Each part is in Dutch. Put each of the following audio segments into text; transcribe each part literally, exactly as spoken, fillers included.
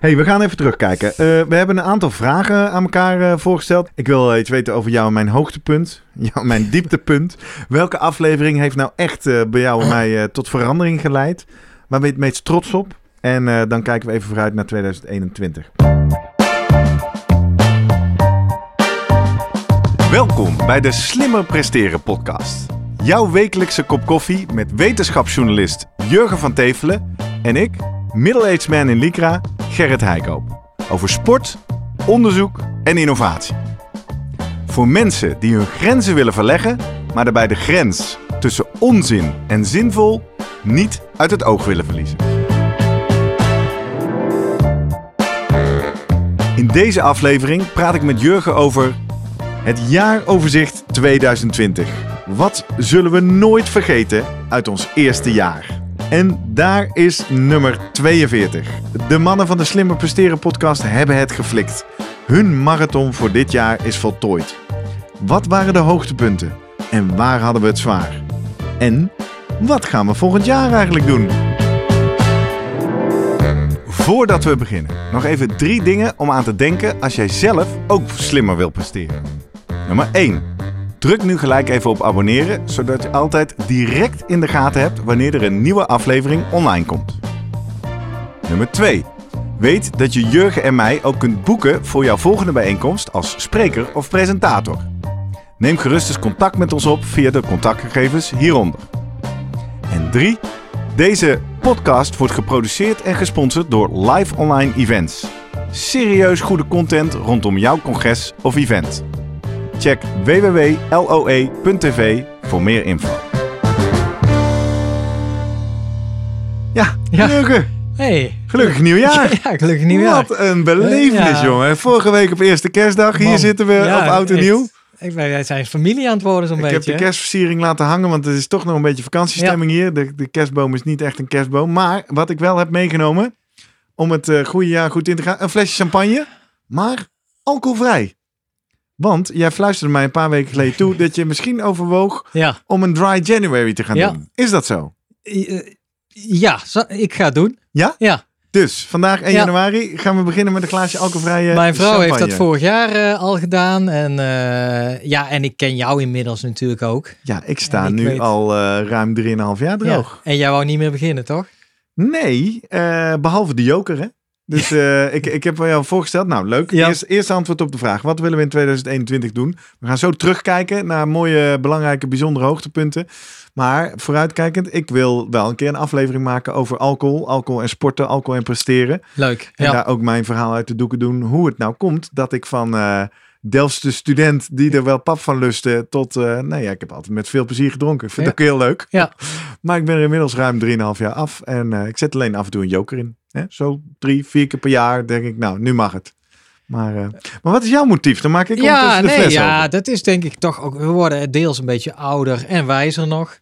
Hey, we gaan even terugkijken. Uh, we hebben een aantal vragen aan elkaar uh, voorgesteld. Ik wil iets weten over jou en mijn hoogtepunt. Jou en mijn dieptepunt. Welke aflevering heeft nou echt uh, bij jou en mij uh, tot verandering geleid? Waar ben je het meest trots op? En uh, dan kijken we even vooruit naar tweeduizend eenentwintig. Welkom bij de Slimmer Presteren podcast. Jouw wekelijkse kop koffie met wetenschapsjournalist Jurgen van Tevelen en ik, middle-aged man in Lycra, Gerrit Heikoop. Over sport, onderzoek en innovatie. Voor mensen die hun grenzen willen verleggen, maar daarbij de grens tussen onzin en zinvol niet uit het oog willen verliezen. In deze aflevering praat ik met Jurgen over het jaaroverzicht tweeduizend twintig. Wat zullen we nooit vergeten uit ons eerste jaar? En daar is nummer tweeënveertig. De mannen van de Slimmer Presteren podcast hebben het geflikt. Hun marathon voor dit jaar is voltooid. Wat waren de hoogtepunten? En waar hadden we het zwaar? En wat gaan we volgend jaar eigenlijk doen? Voordat we beginnen, nog even drie dingen om aan te denken als jij zelf ook slimmer wil presteren. Nummer één. Druk nu gelijk even op abonneren, zodat je altijd direct in de gaten hebt wanneer er een nieuwe aflevering online komt. Nummer twee. Weet dat je Jurgen en mij ook kunt boeken voor jouw volgende bijeenkomst als spreker of presentator. Neem gerust eens contact met ons op via de contactgegevens hieronder. En drie. Deze podcast wordt geproduceerd en gesponsord door Live Online Events. Serieus goede content rondom jouw congres of event. Check w w w punt l o e punt t v voor meer info. Ja, ja. Jurgen. Hey. Gelukkig nieuwjaar. Ja, gelukkig nieuwjaar. Wat een belevenis, ja. Jongen. Vorige week op eerste kerstdag. Hier Man. zitten we ja, op oud en nieuw. Ik ben, wij zijn familie aan het worden zo'n ik beetje. Ik heb de kerstversiering laten hangen, want het is toch nog een beetje vakantiestemming ja. hier. De, de kerstboom is niet echt een kerstboom. Maar wat ik wel heb meegenomen, om het uh, goede jaar goed in te gaan, een flesje champagne, maar alcoholvrij. Want jij fluisterde mij een paar weken geleden toe dat je misschien overwoog ja. om een dry January te gaan ja. doen. Is dat zo? Uh, ja, ik ga het doen. Ja? Ja. Dus vandaag één ja. januari gaan we beginnen met een glaasje alcoholvrije Mijn vrouw champagne. heeft dat vorig jaar uh, al gedaan. En uh, ja, en ik ken jou inmiddels natuurlijk ook. Ja, ik sta ik nu weet... al uh, ruim drieënhalf jaar droog. Ja. En jij wou niet meer beginnen, toch? Nee, uh, behalve de joker, hè? Dus uh, ik, ik heb jou voorgesteld. Nou, leuk. Ja. Eerst, eerst antwoord op de vraag. Wat willen we in tweeduizend eenentwintig doen? We gaan zo terugkijken naar mooie, belangrijke, bijzondere hoogtepunten. Maar vooruitkijkend, ik wil wel een keer een aflevering maken over alcohol. Alcohol en sporten, alcohol en presteren. Leuk. En ja. daar ook mijn verhaal uit de doeken doen. Hoe het nou komt dat ik van uh, Delftse student die er wel pap van lustte tot... Uh, nou ja, ik heb altijd met veel plezier gedronken. Ik vind ja. het ook heel leuk. Ja. Maar ik ben er inmiddels ruim drieënhalf jaar af. En uh, ik zet alleen af en toe een joker in. Hè? Zo drie, vier keer per jaar denk ik, nou, nu mag het. Maar, uh, maar wat is jouw motief? Dan maak ik ja, ondertussen de nee, fles ja, over. dat is denk ik toch ook... We worden deels een beetje ouder en wijzer nog.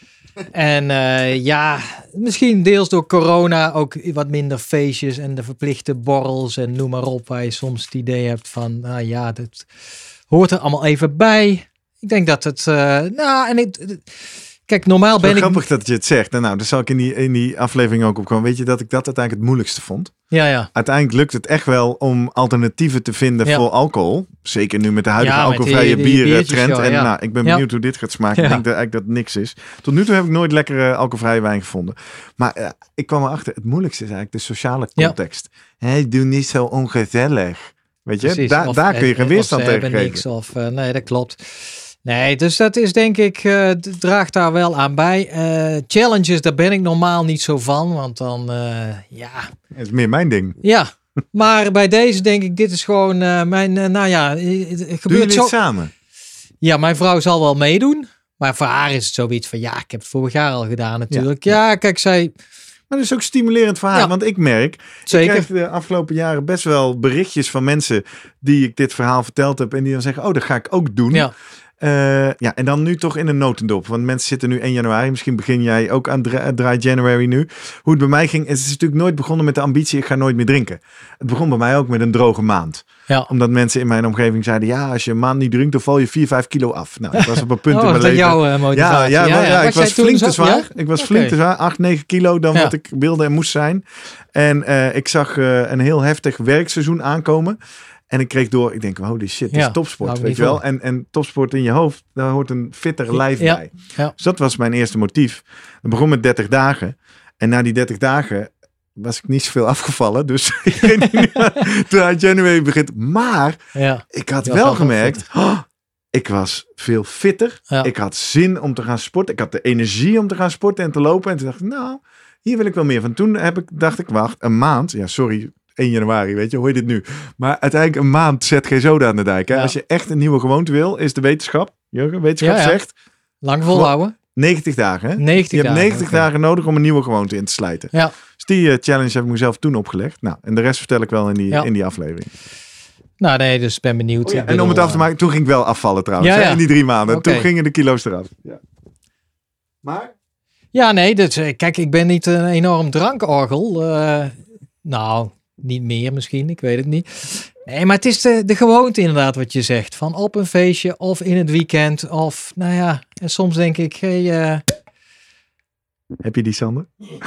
En uh, ja, misschien deels door corona ook wat minder feestjes en de verplichte borrels en noem maar op. Waar je soms het idee hebt van, nou ja, dat hoort er allemaal even bij. Ik denk dat het, uh, nou en ik... Kijk, normaal ben ik... grappig dat je het zegt. Nou, daar zal ik in die, in die aflevering ook op komen. Weet je dat ik dat uiteindelijk het moeilijkste vond? Ja, ja. Uiteindelijk lukt het echt wel om alternatieven te vinden ja. voor alcohol. Zeker nu met de huidige ja, alcoholvrije bieren trend. En ja. nou, ik ben benieuwd ja. hoe dit gaat smaken. Ja. Ik denk dat eigenlijk dat niks is. Tot nu toe heb ik nooit lekkere alcoholvrije wijn gevonden. Maar uh, ik kwam erachter, het moeilijkste is eigenlijk de sociale context. Ja. Hey, doe niet zo ongezellig. Weet je, Precies. Da- of, daar kun je geen weerstand tegen geven. Niks of, uh, nee, dat klopt. Nee, dus dat is denk ik, uh, draagt daar wel aan bij. Uh, challenges, daar ben ik normaal niet zo van, want dan, uh, ja... Dat is meer mijn ding. Ja, maar bij deze denk ik, dit is gewoon uh, mijn, uh, nou ja... Het, het gebeurt Doen jullie zo... het samen? Ja, mijn vrouw zal wel meedoen, maar voor haar is het zoiets van, ja, ik heb het vorig jaar al gedaan natuurlijk. Ja, ja kijk, zij... Maar dat is ook stimulerend voor haar, ja. want ik merk, Zeker. ik krijg de afgelopen jaren best wel berichtjes van mensen die ik dit verhaal verteld heb en die dan zeggen, oh, dat ga ik ook doen. Ja. Uh, ja, en dan nu toch in een notendop. Want mensen zitten nu één januari. Misschien begin jij ook aan dry, dry January nu. Hoe het bij mij ging, het is natuurlijk nooit begonnen met de ambitie, ik ga nooit meer drinken. Het begon bij mij ook met een droge maand. Ja. Omdat mensen in mijn omgeving zeiden, ja, als je een maand niet drinkt, dan val je vier, vijf kilo af. Nou, ik was op een punt oh, in mijn leven. Jouw uh, motivatie. Ja, ja, ja, ja, ja. ik was flink te zwaar. Ja? Ik was Okay. flink te zwaar. acht, negen kilo dan ja. wat ik wilde en moest zijn. En uh, ik zag uh, een heel heftig werkseizoen aankomen. En ik kreeg door, ik denk, holy shit, dit ja, is topsport, weet je wel. En, en topsport in je hoofd, daar hoort een fitter lijf ja, bij. Ja. Dus dat was mijn eerste motief. Het begon met dertig dagen. En na die dertig dagen was ik niet zoveel afgevallen. Dus ik weet niet toen January begint. Maar ja. ik had wel gemerkt, oh, ik was veel fitter. Ja. Ik had zin om te gaan sporten. Ik had de energie om te gaan sporten en te lopen. En toen dacht ik, nou, hier wil ik wel meer van. Toen heb ik, dacht ik, wacht, een maand. Ja, sorry. één januari, weet je, hoor je dit nu? Maar uiteindelijk een maand zet geen zoda aan de dijk. Hè? Ja. Als je echt een nieuwe gewoonte wil, is de wetenschap, Jurgen, wetenschap ja, ja. zegt... Lang volhouden. negentig dagen, hè? negentig je hebt dagen, negentig okay. dagen nodig om een nieuwe gewoonte in te slijten. Ja. Dus die uh, challenge heb ik mezelf toen opgelegd. Nou, en de rest vertel ik wel in die, ja. in die aflevering. Nou nee, dus ben benieuwd. Oh, ja. En om het af te maken, toen ging ik wel afvallen trouwens, ja, ja. Hè? In die drie maanden. Okay. Toen gingen de kilo's eraf. Ja. Maar? Ja, nee, dus, kijk, ik ben niet een enorm drankorgel. Uh, nou... Niet meer misschien, ik weet het niet. Nee, maar het is de, de gewoonte inderdaad wat je zegt. Van op een feestje of in het weekend. Of nou ja, en soms denk ik... Hey, uh... Heb je die, Sander?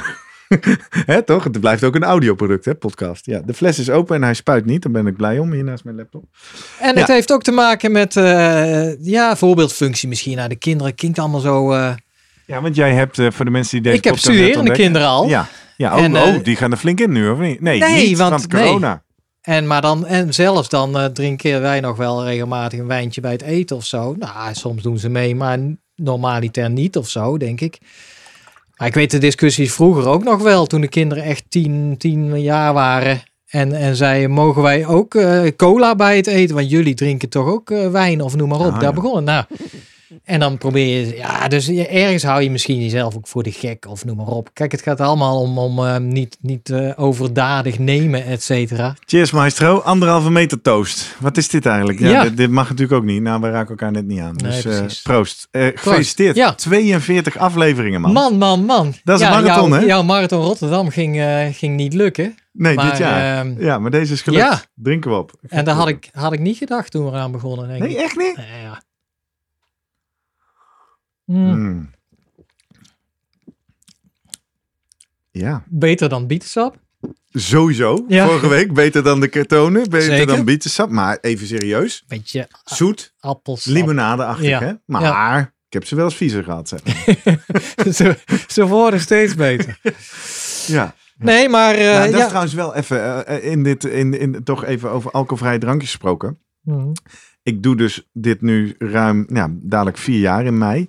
Hè, toch? Het blijft ook een audioproduct, hè, podcast. Ja, de fles is open en hij spuit niet. Daar ben ik blij om, hier naast mijn laptop. En ja. Het heeft ook te maken met... Uh, ja, voorbeeldfunctie misschien. Nou, de kinderen klinkt allemaal zo... Uh... Ja, want jij hebt uh, voor de mensen die deze ik podcast... Ik heb studerende kinderen al. Ja. Ja, oh, en, uh, oh, die gaan er flink in nu, of niet? Nee, nee niet, want, want corona. Nee. En, maar dan, en zelfs dan uh, drinken wij nog wel regelmatig een wijntje bij het eten of zo. Nou, soms doen ze mee, maar normaliter niet of zo, denk ik. Maar ik weet de discussies vroeger ook nog wel, toen de kinderen echt tien, tien jaar waren. En, en zeiden, mogen wij ook uh, cola bij het eten? Want jullie drinken toch ook uh, wijn of noem maar op. Ah, Daar ja. begonnen. Nou... En dan probeer je, ja, dus ergens hou je misschien jezelf ook voor de gek of noem maar op. Kijk, het gaat allemaal om, om uh, niet, niet uh, overdadig nemen, et cetera. Cheers, maestro. Anderhalve meter toast. Wat is dit eigenlijk? Ja, ja. Dit, dit mag natuurlijk ook niet. Nou, we raken elkaar net niet aan. Nee, dus uh, proost. Uh, gefeliciteerd. Ja. tweeënveertig afleveringen, man. Man, man, man. Dat is ja, een marathon, jouw, hè? Jouw marathon Rotterdam ging, uh, ging niet lukken. Nee, maar, dit jaar. Uh, ja, maar deze is gelukt. Ja. Drinken we op. En daar had ik, had ik niet gedacht toen we eraan begonnen. Denk nee, ik. echt niet? Nee, ja. Mm. Mm. Ja. Beter dan bietensap? Sowieso. Ja. Vorige week beter dan de ketonen, beter Zeker. dan bietensap. Maar even serieus. Beetje zoet. Appelsap. Limonadeachtig, ja. hè? Maar ja. ik heb ze wel eens viezer gehad, zeg maar. ze, ze worden steeds beter. Ja. Nee, maar... Uh, nou, dat ja. is trouwens wel even, uh, in dit, in, in, toch even over alcoholvrije drankjes gesproken. Mm. Ik doe dus dit nu ruim, ja, dadelijk vier jaar in mei.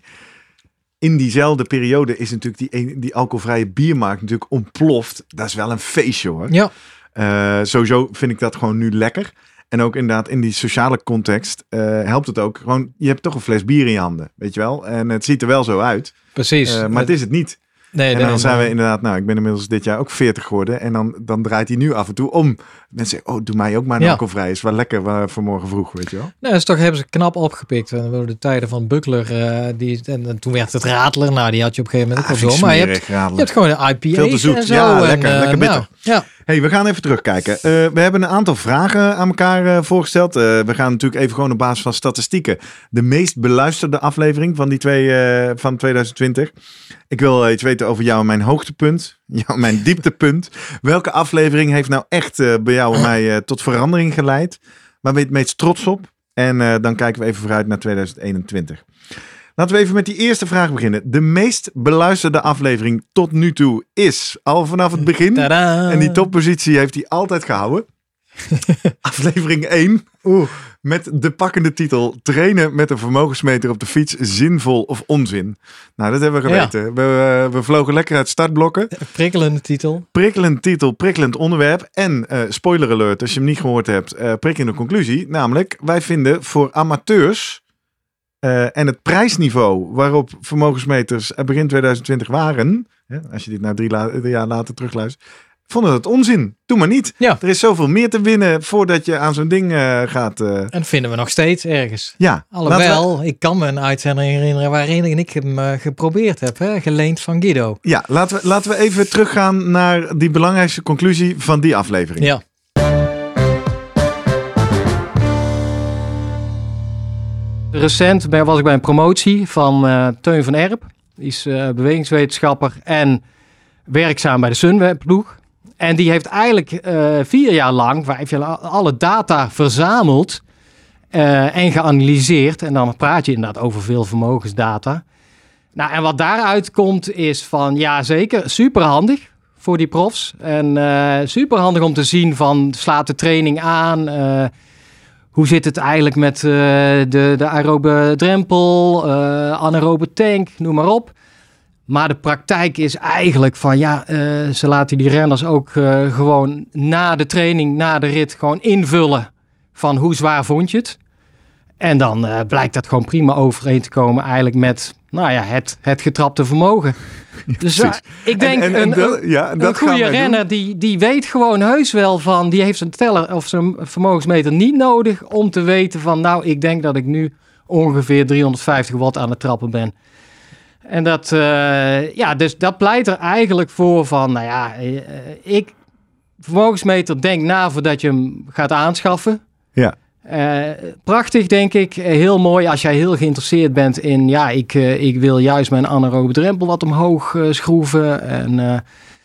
In diezelfde periode is natuurlijk die, die alcoholvrije biermarkt natuurlijk ontploft. Dat is wel een feestje, hoor. Ja. Uh, sowieso vind ik dat gewoon nu lekker. En ook inderdaad in die sociale context uh, helpt het ook. Gewoon, je hebt toch een fles bier in je handen, weet je wel. En het ziet er wel zo uit. Precies. Uh, maar het is het niet. Nee, en nee, dan zijn nee. we inderdaad, nou, ik ben inmiddels dit jaar ook veertig geworden. En dan, dan draait hij nu af en toe om. Mensen zeggen, oh, doe mij ook maar een ja. alcoholvrij. Is wel lekker waar, vanmorgen vroeg, weet je wel. Nou, dus toch hebben ze knap opgepikt. En we de tijden van Buckler. Uh, die, en, en toen werd het Radler. Nou, die had je op een gegeven moment ook ah, wel zo. Maar je hebt, je hebt gewoon een I P A. Veel te zoet. En zo. Ja, en, lekker. uh, lekker bitter. Nou, ja. Hey, we gaan even terugkijken. Uh, we hebben een aantal vragen aan elkaar uh, voorgesteld. Uh, we gaan natuurlijk even gewoon op basis van statistieken. De meest beluisterde aflevering van die twee uh, van twintig twintig. Ik wil iets weten over jou en mijn hoogtepunt. Jou, mijn dieptepunt. Welke aflevering heeft nou echt uh, bij jou en mij uh, tot verandering geleid? Waar ben je het meest trots op? En uh, dan kijken we even vooruit naar twintig eenentwintig. Laten we even met die eerste vraag beginnen. De meest beluisterde aflevering tot nu toe is al vanaf het begin. Tadaa. En die toppositie heeft hij altijd gehouden. Aflevering één. Oeh. Met de pakkende titel Trainen met een vermogensmeter op de fiets, zinvol of onzin. Nou, dat hebben we geweten. Ja. We, we vlogen lekker uit startblokken. Prikkelende titel. Prikkelend titel, prikkelend onderwerp. En uh, spoiler alert, als je hem niet gehoord hebt, uh, prikkelende conclusie. Namelijk, wij vinden voor amateurs uh, en het prijsniveau waarop vermogensmeters begin twintig twintig waren, hè, als je dit nou drie, la- drie jaar later terugluistert, vonden dat onzin. Doe maar niet. Ja. Er is zoveel meer te winnen voordat je aan zo'n ding uh, gaat. Uh... En dat vinden we nog steeds ergens. Ja. Alhoewel, we... ik kan me een uitzending herinneren waarin ik hem uh, geprobeerd heb. Hè? Geleend van Guido. Ja, laten we, laten we even teruggaan naar die belangrijkste conclusie van die aflevering. Ja. Recent was ik bij een promotie van uh, Teun van Erp. Die is uh, bewegingswetenschapper en werkzaam bij de Sunweb-ploeg. En die heeft eigenlijk uh, vier jaar lang, vijf jaar lang, alle data verzameld uh, en geanalyseerd. En dan praat je inderdaad over veel vermogensdata. Nou, en wat daaruit komt is van, ja zeker, superhandig voor die profs. En uh, superhandig om te zien van, slaat de training aan... Uh, Hoe zit het eigenlijk met uh, de, de aerobe drempel, uh, anaerobe tank, noem maar op. Maar de praktijk is eigenlijk van ja, uh, ze laten die renners ook uh, gewoon na de training, na de rit gewoon invullen van hoe zwaar vond je het. En dan uh, blijkt dat gewoon prima overeen te komen eigenlijk met nou ja, het, het getrapte vermogen. Dus uh, ik denk en, en, en een, dat, ja, dat een goede renner die, die weet gewoon heus wel van, die heeft zijn teller of zijn vermogensmeter niet nodig om te weten van nou, ik denk dat ik nu ongeveer driehonderdvijftig watt aan het trappen ben. En dat, uh, ja, dus dat pleit er eigenlijk voor van, nou ja, uh, ik, vermogensmeter, denk na voordat je hem gaat aanschaffen. Ja. Uh, prachtig, denk ik. Heel mooi als jij heel geïnteresseerd bent in... ja, ik, uh, ik wil juist mijn anaerobe drempel wat omhoog uh, schroeven. En, uh,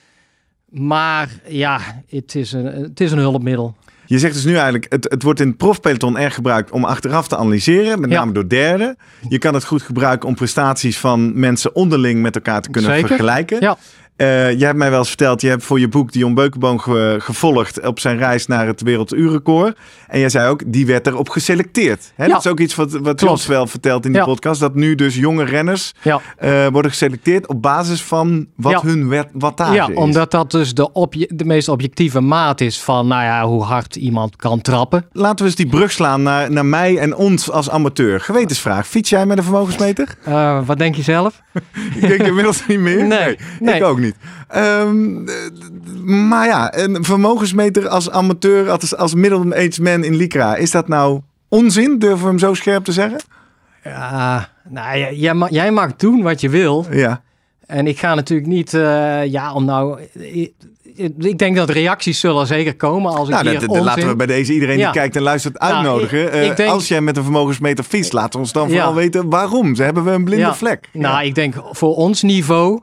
maar ja, het is, een, het is een hulpmiddel. Je zegt dus nu eigenlijk, het, het wordt in het profpeloton erg gebruikt om achteraf te analyseren, met name ja. door derden. Je kan het goed gebruiken om prestaties van mensen onderling met elkaar te kunnen Zeker. vergelijken. Ja. Uh, jij hebt mij wel eens verteld, je hebt voor je boek Dion Beukenboom ge- gevolgd op zijn reis naar het werelduurrecord. En jij zei ook, die werd erop geselecteerd. Hè? Ja. Dat is ook iets wat, wat Jos wel vertelt in die ja. podcast. Dat nu dus jonge renners ja. uh, worden geselecteerd op basis van wat ja. hun wet- wattage ja, is. Omdat dat dus de, obje- de meest objectieve maat is van nou ja, hoe hard iemand kan trappen. Laten we eens die brug slaan naar, naar mij en ons als amateur. Gewetensvraag, fiets jij met een vermogensmeter? Uh, wat denk je zelf? Ik denk inmiddels niet meer. Nee, nee, nee. Ik ook niet. Um, maar ja, een vermogensmeter als amateur, als, als middle-aged man in Lycra, is dat nou onzin? Durven we hem zo scherp te zeggen? Ja, nou, jij, jij, mag, jij mag doen wat je wil. Ja. En ik ga natuurlijk niet, uh, ja, om nou... Ik, ik denk dat reacties zullen zeker komen als ik nou, hier dat, onzin... Laten we bij deze iedereen ja. die kijkt en luistert uitnodigen. Nou, ik, ik uh, denk... Als jij met een vermogensmeter fietst, laat ons dan vooral ja. weten waarom. Ze hebben we een blinde ja. vlek. Nou, ja. ik denk voor ons niveau,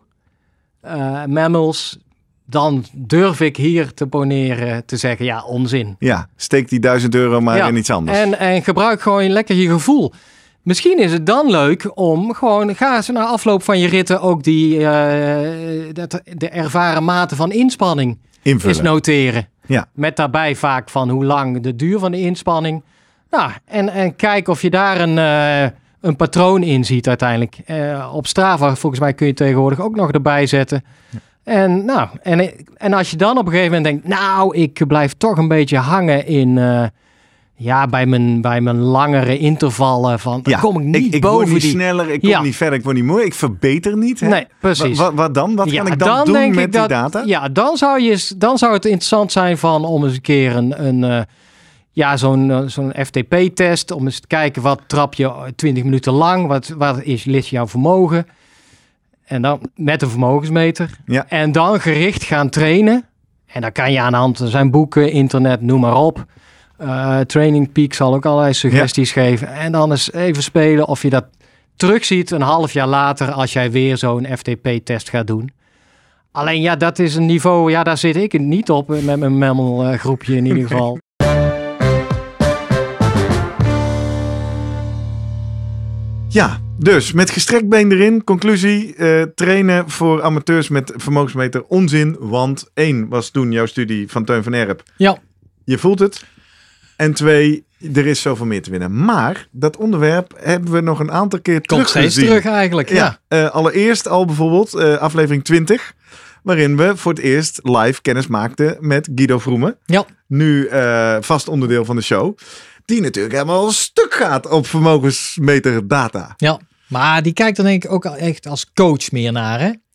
uh, mammals, dan durf ik hier te poneren te zeggen, ja, onzin. Ja, steek die duizend euro maar ja. in iets anders. En, en gebruik gewoon lekker je gevoel. Misschien is het dan leuk om gewoon, ga eens na afloop van je ritten ook die, uh, dat, de ervaren mate van inspanning invullen. Eens noteren. Ja. Met daarbij vaak van hoe lang de duur van de inspanning. Nou, en, en kijk of je daar een, uh, een patroon in ziet uiteindelijk. Uh, op Strava volgens mij kun je tegenwoordig ook nog erbij zetten. Ja. En, nou, en, en als je dan op een gegeven moment denkt, nou, ik blijf toch een beetje hangen in... Uh, Ja, bij mijn, bij mijn langere intervallen van, dan ja, kom ik niet ik, ik boven word niet die... sneller, ik kom ja. niet verder, ik word niet moe, ik verbeter niet. Hè? Nee, precies. Wat, wat dan? Wat ja, kan ik dan, dan doen denk met ik die dat, data? Ja, dan zou, je, dan zou het interessant zijn van om eens een keer een, een uh, ja, zo'n, uh, zo'n F T P-test, om eens te kijken wat trap je twintig minuten lang, wat, wat is, ligt jouw vermogen. En dan met een vermogensmeter. Ja. En dan gericht gaan trainen. En dan kan je aan de hand, er zijn boeken, internet, noem maar op. Uh, Training Peak zal ook allerlei suggesties ja. geven. En dan eens even spelen of je dat terugziet een half jaar later als jij weer zo'n F T P-test gaat doen. Alleen ja, dat is een niveau, ja, daar zit ik niet op met mijn mammal uh, groepje in ieder geval. Ja, dus met gestrekt been erin. Conclusie, uh, trainen voor amateurs met vermogensmeter onzin. Want één was toen jouw studie van Teun van Erp. Ja. Je voelt het. En twee, er is zoveel meer te winnen. Maar dat onderwerp hebben we nog een aantal keer teruggezien. Komt steeds terug eigenlijk, ja. ja uh, allereerst al bijvoorbeeld uh, aflevering twintig. Waarin we voor het eerst live kennis maakten met Guido Vroemen. Ja. Nu uh, vast onderdeel van de show. Die natuurlijk helemaal stuk gaat op vermogensmeter data. Ja, maar die kijkt er denk ik ook echt als coach meer naar, hè?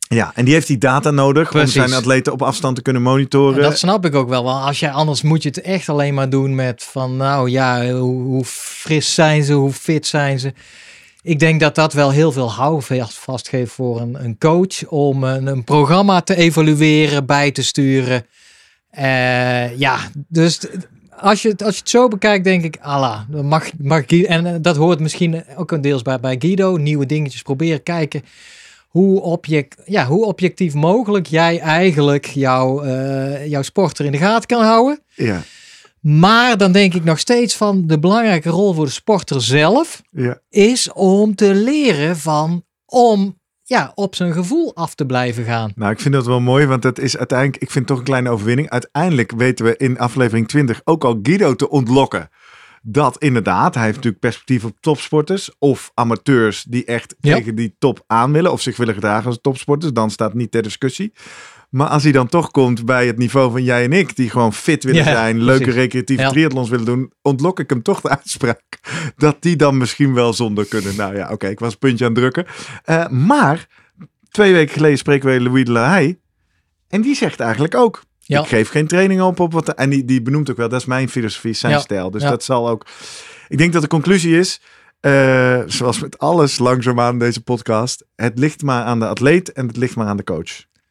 Ja, en die heeft die data nodig Precies. om zijn atleten op afstand te kunnen monitoren. En dat snap ik ook wel. Want als jij, anders moet je het echt alleen maar doen met van nou ja, hoe, hoe fris zijn ze, hoe fit zijn ze. Ik denk dat dat wel heel veel houvast geeft voor een, een coach om een, een programma te evalueren, bij te sturen. Uh, ja, dus als je, het, als je het zo bekijkt, denk ik, Allah, mag, mag Guido, en dat hoort misschien ook een deels bij, bij Guido, nieuwe dingetjes proberen, kijken hoe, object, ja, hoe objectief mogelijk jij eigenlijk jouw, uh, jouw sporter in de gaten kan houden. Ja. Maar dan denk ik nog steeds van de belangrijke rol voor de sporter zelf ja. is om te leren van om ja, op zijn gevoel af te blijven gaan. Nou, ik vind dat wel mooi, want dat is uiteindelijk, ik vind het toch een kleine overwinning. Uiteindelijk weten we in aflevering twintig ook al Guido te ontlokken. Dat inderdaad, hij heeft natuurlijk perspectief op topsporters of amateurs die echt ja. tegen die top aan willen of zich willen gedragen als topsporters. Dan staat niet ter discussie. Maar als hij dan toch komt bij het niveau van jij en ik, die gewoon fit willen ja, zijn, leuke precies. recreatieve ja. triathlons willen doen, ontlok ik hem toch de uitspraak dat die dan misschien wel zonder kunnen. Nou ja, oké, okay, ik was een puntje aan het drukken. Uh, maar twee weken geleden spreken we Louis de la Haye en die zegt eigenlijk ook, ja. ik geef geen training op. op wat, en die, die benoemt ook wel, dat is mijn filosofie, zijn ja. stijl. Dus ja. dat zal ook, ik denk dat de conclusie is, uh, zoals met alles langzaamaan in deze podcast, het ligt maar aan de atleet en het ligt maar aan de coach.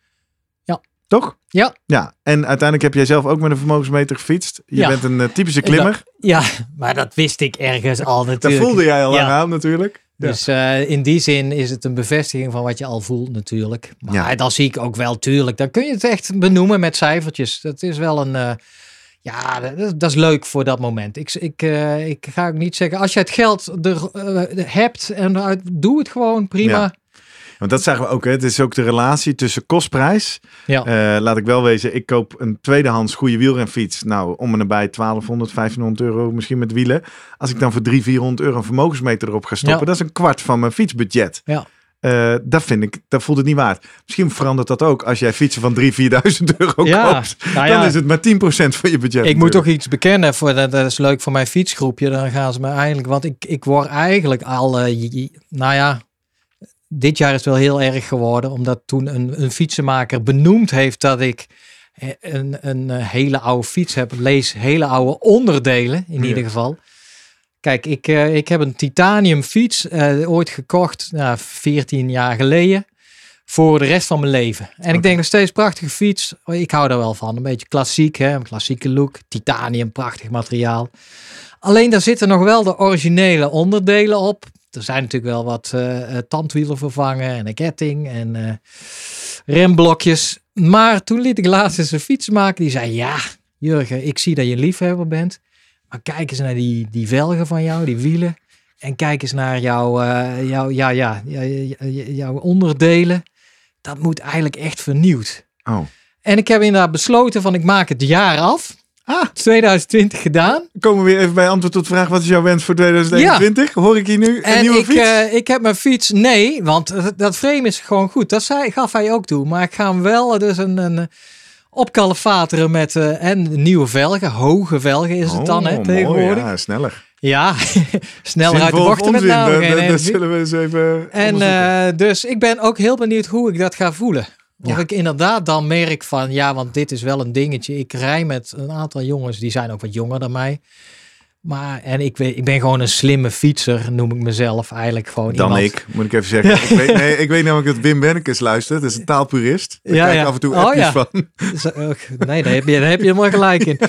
Toch? Ja. Ja. En uiteindelijk heb jij zelf ook met een vermogensmeter gefietst. Je ja. bent een uh, typische klimmer. Ja, maar dat wist ik ergens al natuurlijk. Dat voelde jij al ja. aan natuurlijk. Ja. Dus uh, in die zin is het een bevestiging van wat je al voelt natuurlijk. Maar ja. dan zie ik ook wel, tuurlijk, dan kun je het echt benoemen met cijfertjes. Dat is wel een... Uh, ja, dat, dat is leuk voor dat moment. Ik, ik, uh, ik ga ook niet zeggen, als je het geld er uh, hebt en eruit, doe het gewoon, prima. Ja. Want dat zagen we ook. Hè. Het is ook de relatie tussen kostprijs. Ja. Uh, laat ik wel wezen, ik koop een tweedehands goede wielrenfiets. Nou, om en nabij twaalfhonderd, vijftienhonderd euro misschien met wielen. Als ik dan voor driehonderd, vierhonderd euro een vermogensmeter erop ga stoppen. Ja. Dat is een kwart van mijn fietsbudget. Ja. Uh, dat vind ik, dat voelt het niet waard. Misschien verandert dat ook als jij fietsen van drieduizend, vierduizend euro ja. koopt. Nou ja. Dan is het maar tien procent van je budget. Ik natuurlijk. moet toch iets bekennen. Voor, dat, dat is leuk voor mijn fietsgroepje. Dan gaan ze me eigenlijk... Want ik, ik word eigenlijk al... Uh, nou ja... Dit jaar is het wel heel erg geworden, omdat toen een, een fietsenmaker benoemd heeft dat ik een, een hele oude fiets heb. Lees hele oude onderdelen in ja. ieder geval. Kijk, ik, uh, ik heb een titanium fiets uh, ooit gekocht, nou, veertien jaar geleden, voor de rest van mijn leven. En okay. ik denk nog steeds prachtige fiets. Ik hou daar wel van. Een beetje klassiek, hè? Een klassieke look. Titanium, prachtig materiaal. Alleen daar zitten nog wel de originele onderdelen op. Er zijn natuurlijk wel wat uh, tandwielen vervangen en een ketting en uh, remblokjes. Maar toen liet ik laatst eens een fiets maken. Die zei, ja, Jurgen, ik zie dat je liefhebber bent. Maar kijk eens naar die, die velgen van jou, die wielen. En kijk eens naar jouw, uh, jouw, ja, ja, jouw onderdelen. Dat moet eigenlijk echt vernieuwd. Oh. En ik heb inderdaad besloten van ik maak het jaar af. Ah, twintig twintig gedaan. Komen we weer even bij antwoord tot de vraag, wat is jouw wens voor twintig eenentwintig? Ja. Hoor ik hier nu een en nieuwe ik, fiets? Uh, ik heb mijn fiets, nee, want dat frame is gewoon goed. Dat zei, gaf hij ook toe. Maar ik ga hem wel dus een, een opkalefateren met uh, en nieuwe velgen. Hoge velgen is het oh, dan, hè, tegenwoordig. Mooi, ja, sneller. Ja, sneller uit de bochten met name. Dat, dat, dat zullen we eens even En uh, dus ik ben ook heel benieuwd hoe ik dat ga voelen. Of ja. ik inderdaad dan merk van, ja, want dit is wel een dingetje. Ik rij met een aantal jongens, die zijn ook wat jonger dan mij. Maar, en ik, weet, ik ben gewoon een slimme fietser, noem ik mezelf eigenlijk gewoon Dan iemand. ik, moet ik even zeggen. Ja. Ik, weet, nee, ik weet namelijk dat Wim Bennekes luistert. Dat is een taalpurist. Daar ja, krijg ik ja. af en toe oh, appjes ja. van. Nee, daar heb je, daar heb je helemaal gelijk in.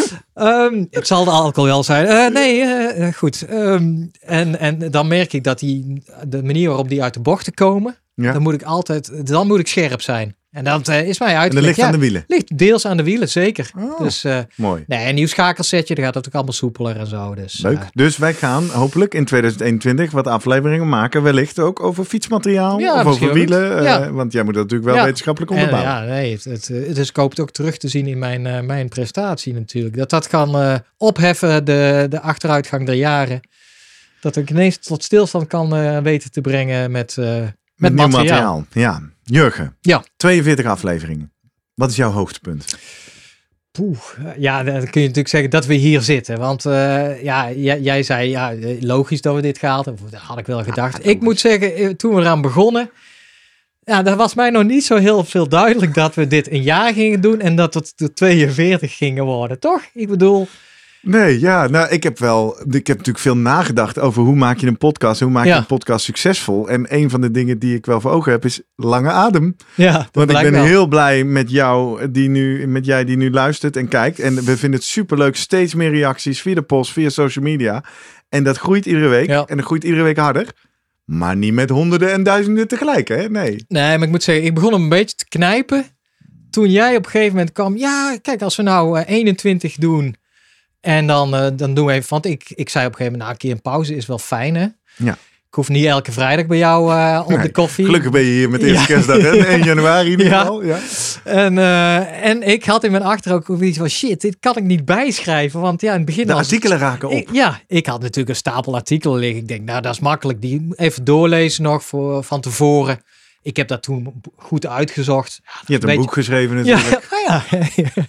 um, het zal de alcohol wel zijn. Uh, nee, uh, goed. Um, en, en dan merk ik dat die, de manier waarop die uit de bochten komen, ja. dan moet ik altijd, dan moet ik scherp zijn. En dat uh, is mij uitgelegd. En dat ligt ja, aan de wielen? Ligt deels aan de wielen, zeker. Oh, dus, uh, mooi. Nee, een nieuw schakelsetje, dan gaat het ook allemaal soepeler en zo. Dus, leuk. Uh, dus wij gaan hopelijk in twintig eenentwintig wat afleveringen maken. Wellicht ook over fietsmateriaal ja, of over wielen. Ja. Uh, want jij moet dat natuurlijk wel ja. wetenschappelijk onderbouwen. En, ja, nee, het, het, het is, ik hoop het ook terug te zien in mijn, uh, mijn prestatie natuurlijk. Dat dat kan uh, opheffen, de, de achteruitgang der jaren. Dat ik ineens tot stilstand kan uh, weten te brengen met, uh, met, met materiaal. materiaal. Ja. Jurgen, ja. tweeënveertig afleveringen. Wat is jouw hoogtepunt? Poeh, ja, dan kun je natuurlijk zeggen dat we hier zitten. Want uh, ja, jij, jij zei, ja, logisch dat we dit gehaald hebben. Dat had ik wel gedacht. Ja, ik moet zeggen, toen we eraan begonnen, Ja, dat was mij nog niet zo heel veel duidelijk dat we dit een jaar gingen doen en dat het de tweeënveertig gingen worden, toch? Ik bedoel... Nee, ja, nou, ik heb wel, ik heb natuurlijk veel nagedacht over hoe maak je een podcast, hoe maak je Ja. een podcast succesvol. En een van de dingen die ik wel voor ogen heb is lange adem. Ja, dat Want ik blijkt ben wel. heel blij met jou, die nu, met jij die nu luistert en kijkt. En we vinden het superleuk, steeds meer reacties via de post, via social media. En dat groeit iedere week. Ja. En dat groeit iedere week harder. Maar niet met honderden en duizenden tegelijk, hè? Nee. Nee, maar ik moet zeggen, ik begon hem een beetje te knijpen. Toen jij op een gegeven moment kwam, ja, kijk, als we nou uh, eenentwintig doen en dan, uh, dan doen we even, want ik, ik zei op een gegeven moment, nou, een keer een pauze is wel fijn, hè? Ja. Ik hoef niet elke vrijdag bij jou uh, op Nee, de koffie. Gelukkig ben je hier met de eerste Ja. kerstdag, hè? één januari in ieder Ja. geval. Ja. En, uh, en ik had in mijn achterhoofd ook iets van, shit, dit kan ik niet bijschrijven, want ja, in het begin... De was het- artikelen raken op. Ik, ja, ik had natuurlijk een stapel artikelen liggen. Ik denk, nou, dat is makkelijk. Die even doorlezen nog voor, van tevoren. Ik heb dat toen goed uitgezocht. Ja, Je hebt een beetje- boek geschreven Ja, natuurlijk. ja, ja.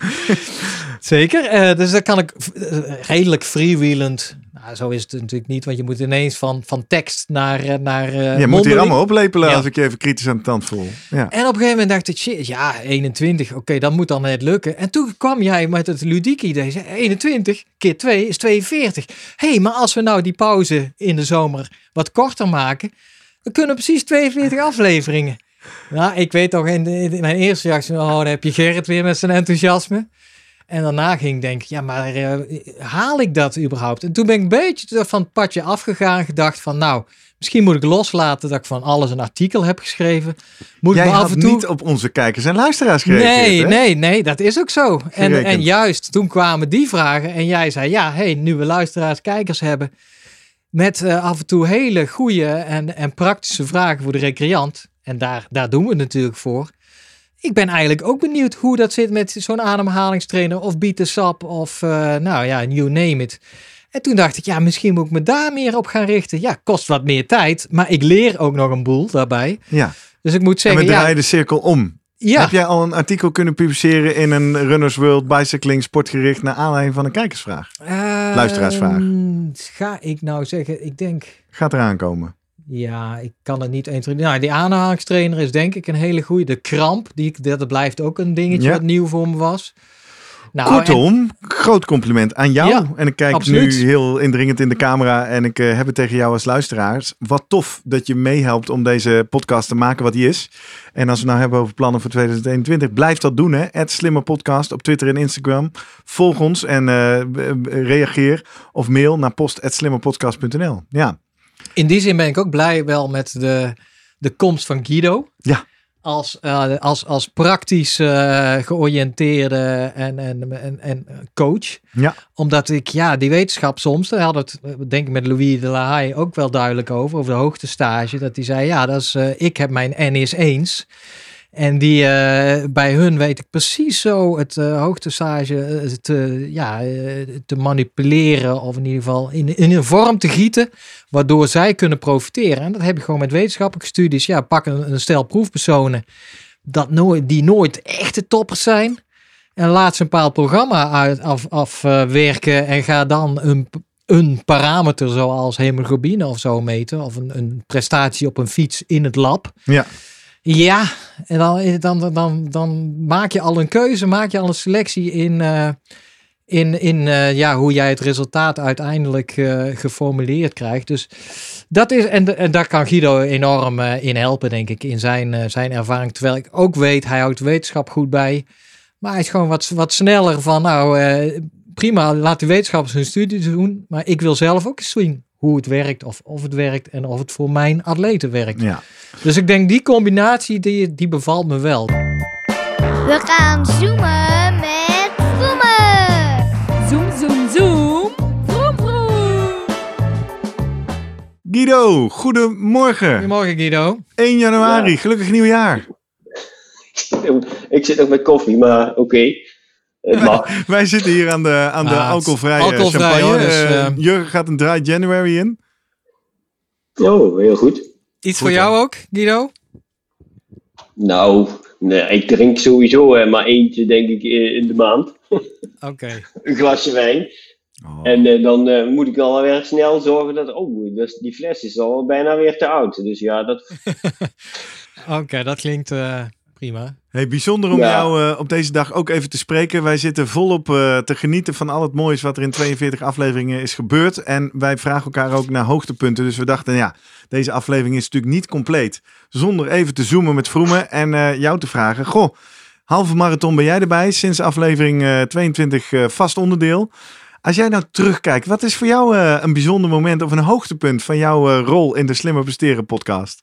Zeker. Uh, dus dat kan ik uh, redelijk freewheelend. Nou, zo is het natuurlijk niet, want je moet ineens van, van tekst naar, uh, naar uh, Je moet hier mondeling. allemaal oplepelen Ja. als ik je even kritisch aan de tand voel. Ja. En op een gegeven moment dacht ik, shit, ja, eenentwintig, oké, okay, dat moet dan net lukken. En toen kwam jij met het ludieke idee, zei, eenentwintig keer twee is tweeënveertig. Hé, hey, maar als we nou die pauze in de zomer wat korter maken, dan kunnen we precies tweeënveertig afleveringen. Nou, ik weet toch, in, de, in mijn eerste reactie, oh, dan heb je Gerrit weer met zijn enthousiasme. En daarna ging ik denken, ja, maar uh, haal ik dat überhaupt? En toen ben ik een beetje van het padje afgegaan, gedacht van, nou, misschien moet ik loslaten dat ik van alles een artikel heb geschreven. Moet Jij ik me had af en toe... niet op onze kijkers en luisteraars gereageerd, Nee, hè? nee, nee, dat is ook zo. En, Gerekend. en juist toen kwamen die vragen en jij zei, ja, hey, nu we luisteraars, kijkers hebben, met uh, af en toe hele goede en, en praktische vragen voor de recreant. En daar, daar doen we het natuurlijk voor. Ik ben eigenlijk ook benieuwd hoe dat zit met zo'n ademhalingstrainer of bietensap of uh, nou ja, you name it. En toen dacht ik, ja, misschien moet ik me daar meer op gaan richten. Ja, kost wat meer tijd, maar ik leer ook nog een boel daarbij. Ja. Dus ik moet En zeggen, we draaien ja, de cirkel om. ja. Heb jij al een artikel kunnen publiceren in een Runners World Bicycling sportgericht naar aanleiding van een kijkersvraag? Uh, Luisteraarsvraag. Ga ik nou zeggen, ik denk, Gaat eraan komen. ja, ik kan het niet één, twee, nou, die aanhalingstrainer is denk ik een hele goede. De kramp, die, dat blijft ook een dingetje Ja. wat nieuw voor me was. Nou, Kortom, groot compliment aan jou. Ja, en ik kijk absoluut. nu heel indringend in de camera en ik uh, heb het tegen jou als luisteraars. Wat tof dat je meehelpt om deze podcast te maken wat die is. En als we nou hebben over plannen voor tweeduizend eenentwintig, blijf dat doen, hè. Het Slimmer Podcast op Twitter en Instagram. Volg ons en uh, reageer of mail naar post at slimmerpodcast punt n l. Ja. In die zin ben ik ook blij wel met de, de komst van Guido. Ja. Als, uh, als, als praktisch uh, georiënteerde en, en, en, en coach. Ja. Omdat ik, ja, die wetenschap soms, daar hadden we het, denk ik met Louis de La Haye ook wel duidelijk over, over de hoogtestage. Dat hij zei, ja, dat is, uh, ik heb mijn N is eens. En die, uh, bij hun weet ik precies zo het uh, hoogtestage uh, te, ja, uh, te manipuleren. Of in ieder geval in, in een vorm te gieten. Waardoor zij kunnen profiteren. En dat heb je gewoon met wetenschappelijke studies. Ja, pak een, een stel proefpersonen dat nooit, die nooit echte toppers zijn. En laat ze een bepaald programma uit, af, afwerken. Uh, en ga dan een, een parameter zoals hemoglobine of zo meten. Of een, een prestatie op een fiets in het lab. Ja. Ja, en dan, dan, dan, dan maak je al een keuze, maak je al een selectie in, uh, in, in uh, ja, hoe jij het resultaat uiteindelijk uh, geformuleerd krijgt. Dus dat is, en, en daar kan Guido enorm uh, in helpen, denk ik, in zijn, uh, zijn ervaring. Terwijl ik ook weet, hij houdt wetenschap goed bij. Maar hij is gewoon wat, wat sneller van, nou uh, prima, laat de wetenschappers hun studie doen. Maar ik wil zelf ook eens zien hoe het werkt, of, of het werkt en of het voor mijn atleten werkt. Ja. Dus ik denk die combinatie, die, die bevalt me wel. We gaan zoomen met Vroemen. Zoom, zoom, zoom. Vroom, vroom. Guido, goedemorgen. Goedemorgen Guido. één januari, Ja. gelukkig nieuwjaar. Ik zit nog met koffie, maar oké. Okay. Het mag. Wij zitten hier aan de, aan de Ah, alcoholvrije alcoholvrij, champagne. hoor, dus, Uh, uh, Jurgen gaat een dry January in. Oh, heel goed. Iets Goed, voor jou ook, Guido? Nou, nee, ik drink sowieso hè, maar eentje denk ik in de maand. Oké. Okay. Een glasje wijn. Oh. En uh, dan uh, moet ik al weer snel zorgen dat, oh, dus die fles is al bijna weer te oud. Dus ja, dat... Oké, okay, dat klinkt uh, prima. Hey, bijzonder om ja. jou uh, op deze dag ook even te spreken. Wij zitten volop uh, te genieten van al het moois wat er in tweeënveertig afleveringen is gebeurd. En wij vragen elkaar ook naar hoogtepunten. Dus we dachten, ja, deze aflevering is natuurlijk niet compleet zonder even te zoomen met Vroemen en uh, jou te vragen. Goh, halve marathon ben jij erbij, sinds aflevering uh, tweeëntwintig uh, vast onderdeel. Als jij nou terugkijkt, wat is voor jou uh, een bijzonder moment of een hoogtepunt van jouw uh, rol in de Slimmer Presteren podcast?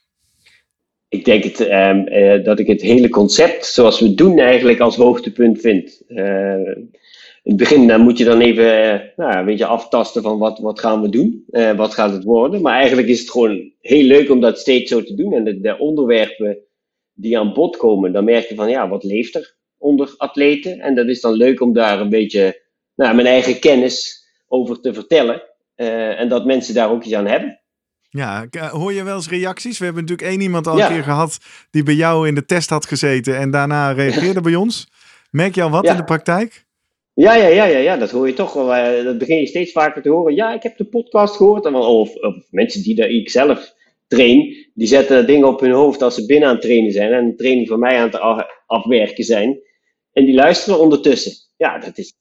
Ik denk het, um, uh, dat ik het hele concept zoals we het doen eigenlijk als hoogtepunt vind. Uh, in het begin uh, moet je dan even uh, nou, een beetje aftasten van wat, wat gaan we doen, uh, wat gaat het worden. Maar eigenlijk is het gewoon heel leuk om dat steeds zo te doen. En de, de onderwerpen die aan bod komen, dan merk je van ja, wat leeft er onder atleten? En dat is dan leuk om daar een beetje nou, mijn eigen kennis over te vertellen. Uh, en dat mensen daar ook iets aan hebben. Ja, hoor je wel eens reacties? We hebben natuurlijk één iemand al ja. een keer gehad die bij jou in de test had gezeten en daarna reageerde bij ons. Merk je al wat ja. in de praktijk? Ja, ja, ja, ja, ja, dat hoor je toch wel. Uh, dat begin je steeds vaker te horen. Ja, ik heb de podcast gehoord. Of, of mensen die, die ik zelf train, die zetten dingen op hun hoofd als ze binnen aan het trainen zijn en een training van mij aan het afwerken zijn. En die luisteren ondertussen. Ja, dat is...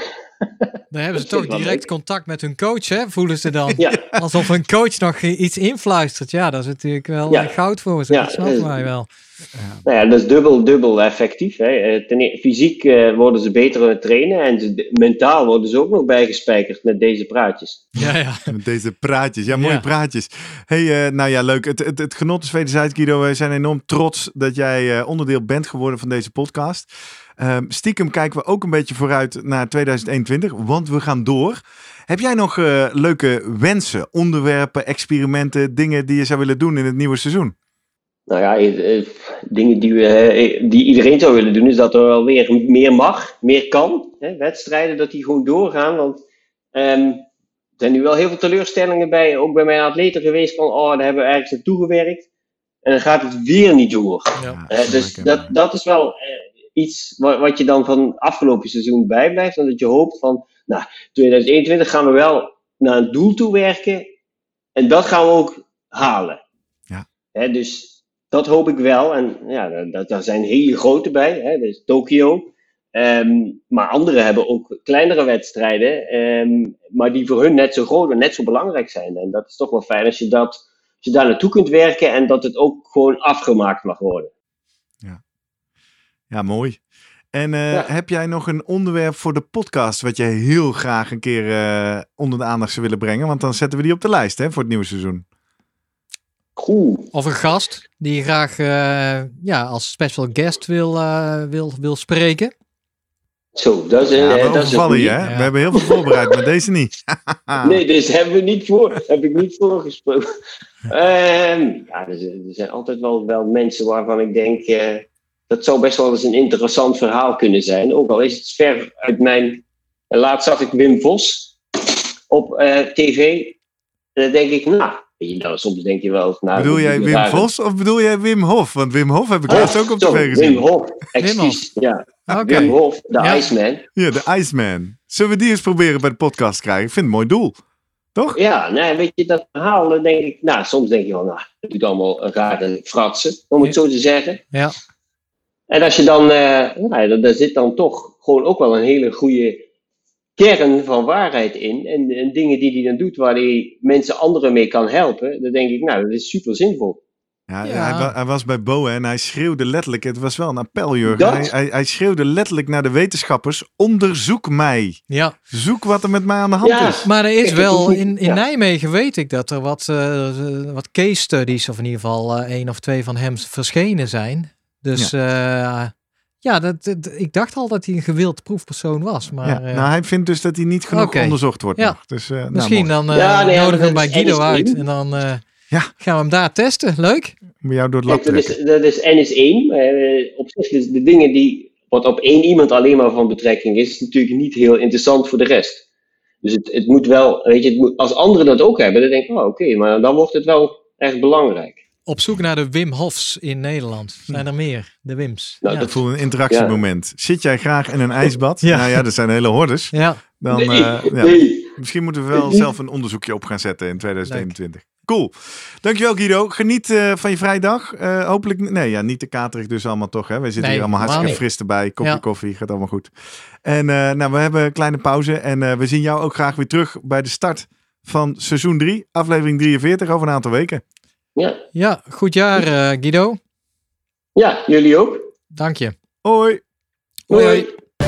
Dan hebben ze toch direct leuk. Contact met hun coach, hè? Voelen ze dan. Ja. Alsof een coach nog iets influistert. Ja, dat is natuurlijk wel ja. goud voor ze. Ja. Dat snappen wij wel. Ja. Nou ja, dat is dubbel, dubbel effectief. Hè. Ten, fysiek uh, worden ze beter aan het trainen en ze, mentaal worden ze ook nog bijgespijkerd met deze praatjes. Ja, ja. Met deze praatjes. Ja, mooie ja. praatjes. Hey, uh, nou ja, leuk. Het, het, het genot is wederzijds, Guido. We zijn enorm trots dat jij uh, onderdeel bent geworden van deze podcast. Uh, stiekem kijken we ook een beetje vooruit naar tweeduizend eenentwintig, want we gaan door. Heb jij nog uh, leuke wensen, onderwerpen, experimenten, dingen die je zou willen doen in het nieuwe seizoen? Nou ja, uh, dingen die, we, die iedereen zou willen doen, is dat er wel weer meer mag, meer kan. Hè? Wedstrijden, dat die gewoon doorgaan. Want um, er zijn nu wel heel veel teleurstellingen bij, ook bij mijn atleten geweest, van oh, daar hebben we ergens naartoe gewerkt. En dan gaat het weer niet door. Ja, uh, dus dat, dat is wel... Uh, iets wat, wat je dan van afgelopen seizoen bijblijft. En dat je hoopt van, nou, tweeduizend eenentwintig gaan we wel naar een doel toe werken. En dat gaan we ook halen. Ja. Hè, dus dat hoop ik wel. En ja, daar, daar zijn hele grote bij. Hè, dus Tokio. Um, maar anderen hebben ook kleinere wedstrijden. Um, maar die voor hun net zo groot en net zo belangrijk zijn. En dat is toch wel fijn als je, dat, als je daar naartoe kunt werken. En dat het ook gewoon afgemaakt mag worden. Ja. Ja, mooi. En uh, ja. heb jij nog een onderwerp voor de podcast wat jij heel graag een keer uh, onder de aandacht zou willen brengen? Want dan zetten we die op de lijst, hè, voor het nieuwe seizoen. Cool. Of een gast die je graag uh, ja, als special guest wil, uh, wil, wil spreken. Zo, dat is een... Ja, uh, dat is een je, hè? Ja. We hebben heel veel voorbereid, maar deze niet. Nee, deze hebben we niet voor. Heb ik niet voorgesproken. um, ja, er, er zijn altijd wel, wel mensen waarvan ik denk... Uh, dat zou best wel eens een interessant verhaal kunnen zijn. Ook al is het ver uit mijn... Laatst zag ik Wim Vos op uh, tv. En dan denk ik, nou... nou soms denk je wel... Nou, bedoel jij Wim dagen... Vos of bedoel jij Wim Hof? Want Wim Hof heb ik laatst ook op tv gezien. Wim Hof, excuus. Ja. Okay. Wim Hof, de ja. Iceman. Ja, de Iceman. Zullen we die eens proberen bij de podcast krijgen? Ik vind het een mooi doel. Toch? Ja, nou, weet je, dat verhaal, dan denk ik... Nou, soms denk je wel, nou, het doet allemaal rare fratsen, om het ja. zo te zeggen. Ja. En als je dan, uh, nou, daar zit dan toch gewoon ook wel een hele goede kern van waarheid in. En, en dingen die hij dan doet waar hij mensen anderen mee kan helpen. Dan denk ik, nou, dat is super zinvol. Ja, ja. Hij, hij was bij Boe en hij schreeuwde letterlijk, het was wel een appel, Jurgen. Hij, hij, hij schreeuwde letterlijk naar de wetenschappers, onderzoek mij. Ja. Zoek wat er met mij aan de hand ja. is. Maar er is wel, in, in ja. Nijmegen weet ik dat er wat, uh, wat case studies, of in ieder geval uh, één of twee van hem verschenen zijn. Dus ja, uh, ja dat, dat, ik dacht al dat hij een gewild proefpersoon was. Maar, ja, uh, nou, hij vindt dus dat hij niet genoeg okay. onderzocht wordt. Ja. Nog. Dus, uh, Misschien nou, dan uh, ja, nee, nodigen we hem bij Guido uit en dan uh, ja. gaan we hem daar testen. Leuk. Bij jou door het lab Kijk, dat, is, dat is N S één. Uh, op zich is de dingen die wat op één iemand alleen maar van betrekking is, is natuurlijk niet heel interessant voor de rest. Dus het, het moet wel, weet je, het moet, als anderen dat ook hebben, dan denk ik, oh oké, okay, maar dan wordt het wel echt belangrijk. Op zoek naar de Wim Hofs in Nederland. Zijn er meer? De Wims. Nou, ja. Dat voelt een interactiemoment. Ja. Zit jij graag in een ijsbad? Ja. Nou ja, dat zijn hele hordes. Ja. Dan, Nee, uh, ja. nee. Misschien moeten we wel zelf een onderzoekje op gaan zetten in tweeduizend eenentwintig. Cool. Dankjewel Guido. Geniet uh, van je vrije dag. Uh, hopelijk, nee ja, niet te katerig dus allemaal toch. Hè? We zitten Nee, hier allemaal hartstikke niet. fris erbij. Kopje Ja. koffie, gaat allemaal goed. En uh, nou, we hebben een kleine pauze. En uh, we zien jou ook graag weer terug bij de start van seizoen drie. Aflevering drieënveertig over een aantal weken. Ja. Ja, goed jaar uh, Guido. ja, jullie ook. Dank je. Hoi. Hoi, hoi.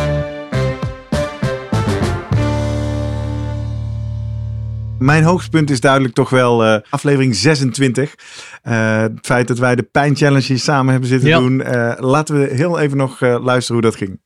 Mijn hoogtepunt is duidelijk toch wel uh, aflevering zesentwintig. Uh, het feit dat wij de Pijn Challenge hier samen hebben zitten Ja. doen. Uh, laten we heel even nog uh, luisteren hoe dat ging.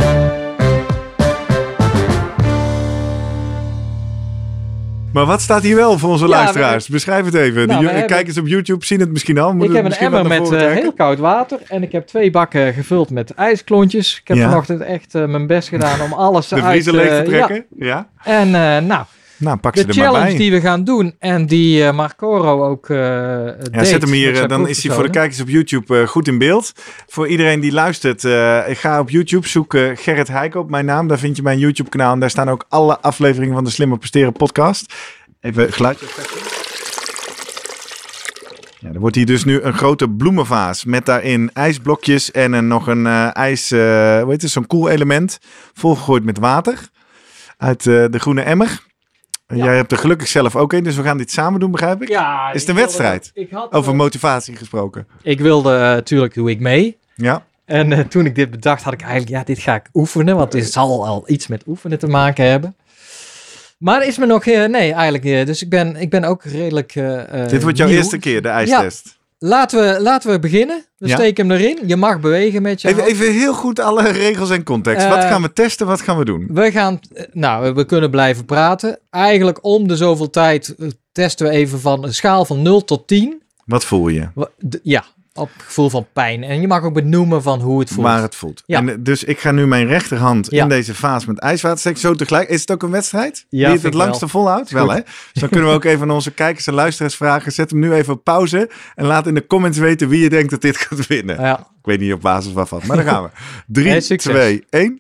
Maar wat staat hier wel voor onze Ja, luisteraars? Beschrijf het even. Nou, De we ju- hebben- kijkers op YouTube zien het misschien al. Moeten Ik we heb een misschien emmer wat naar met voren uh, trekken? heel koud water. En ik heb twee bakken gevuld met ijsklontjes. Ik heb Ja. vanochtend echt uh, mijn best gedaan om alles De uit vriezer leeg te uh, trekken? Ja. ja. Ja. En uh, nou, Nou, pak ze de er maar challenge bij. die we gaan doen en die uh, Marcoro ook uh, deed. Ja, zet hem hier, met zijn dan is hij voor de proefpersonen. kijkers op YouTube uh, goed in beeld. Voor iedereen die luistert, uh, ik ga op YouTube zoeken Gerrit Heijk op mijn naam. Daar vind je mijn YouTube kanaal en daar staan ook alle afleveringen van de Slimmer Presteren podcast. Even geluidje. Ja, er wordt hier dus nu een grote bloemenvaas met daarin ijsblokjes en een, nog een uh, ijs, uh, hoe heet het, zo'n koel element volgegooid met water uit uh, de groene emmer. Ja. Jij hebt er gelukkig zelf ook een, dus we gaan dit samen doen, begrijp ik? Ja, Is het ik een wilde- wedstrijd? Ik had, Over uh, motivatie gesproken. ik wilde uh, natuurlijk doe ik mee. Ja. En uh, toen ik dit bedacht, had ik eigenlijk, ja, dit ga ik oefenen, want dit zal al iets met oefenen te maken hebben. Maar er is me nog, uh, nee, eigenlijk niet. Dus ik ben, ik ben ook redelijk uh, Dit wordt jouw nieuw. eerste keer, de ijstest. Laten we, laten we beginnen. We Ja. steken hem erin. Je mag bewegen met je Even, hand. even heel goed alle regels en context. Uh, wat gaan we testen, wat gaan we doen? We gaan, uh, nou, we kunnen blijven praten. Eigenlijk om de zoveel tijd uh, testen we even van een schaal van nul tot tien. Wat voel je? Wa- d- Ja, op het gevoel van pijn. En je mag ook benoemen van hoe het voelt. Waar het voelt. Ja. En, uh, dus ik ga nu mijn rechterhand Ja. in deze vaas met ijswater steken. Zo tegelijk. Is het ook een wedstrijd? Wie Ja, het vind het ik langste volhoudt? Wel goed. hè? Dus dan kunnen we ook even aan onze kijkers en luisteraars vragen. Zet hem nu even op pauze. En laat in de comments weten wie je denkt dat dit gaat winnen. Ja. Ik weet niet op basis waarvan. Maar dan gaan we. Drie, Hey, succes. twee, één.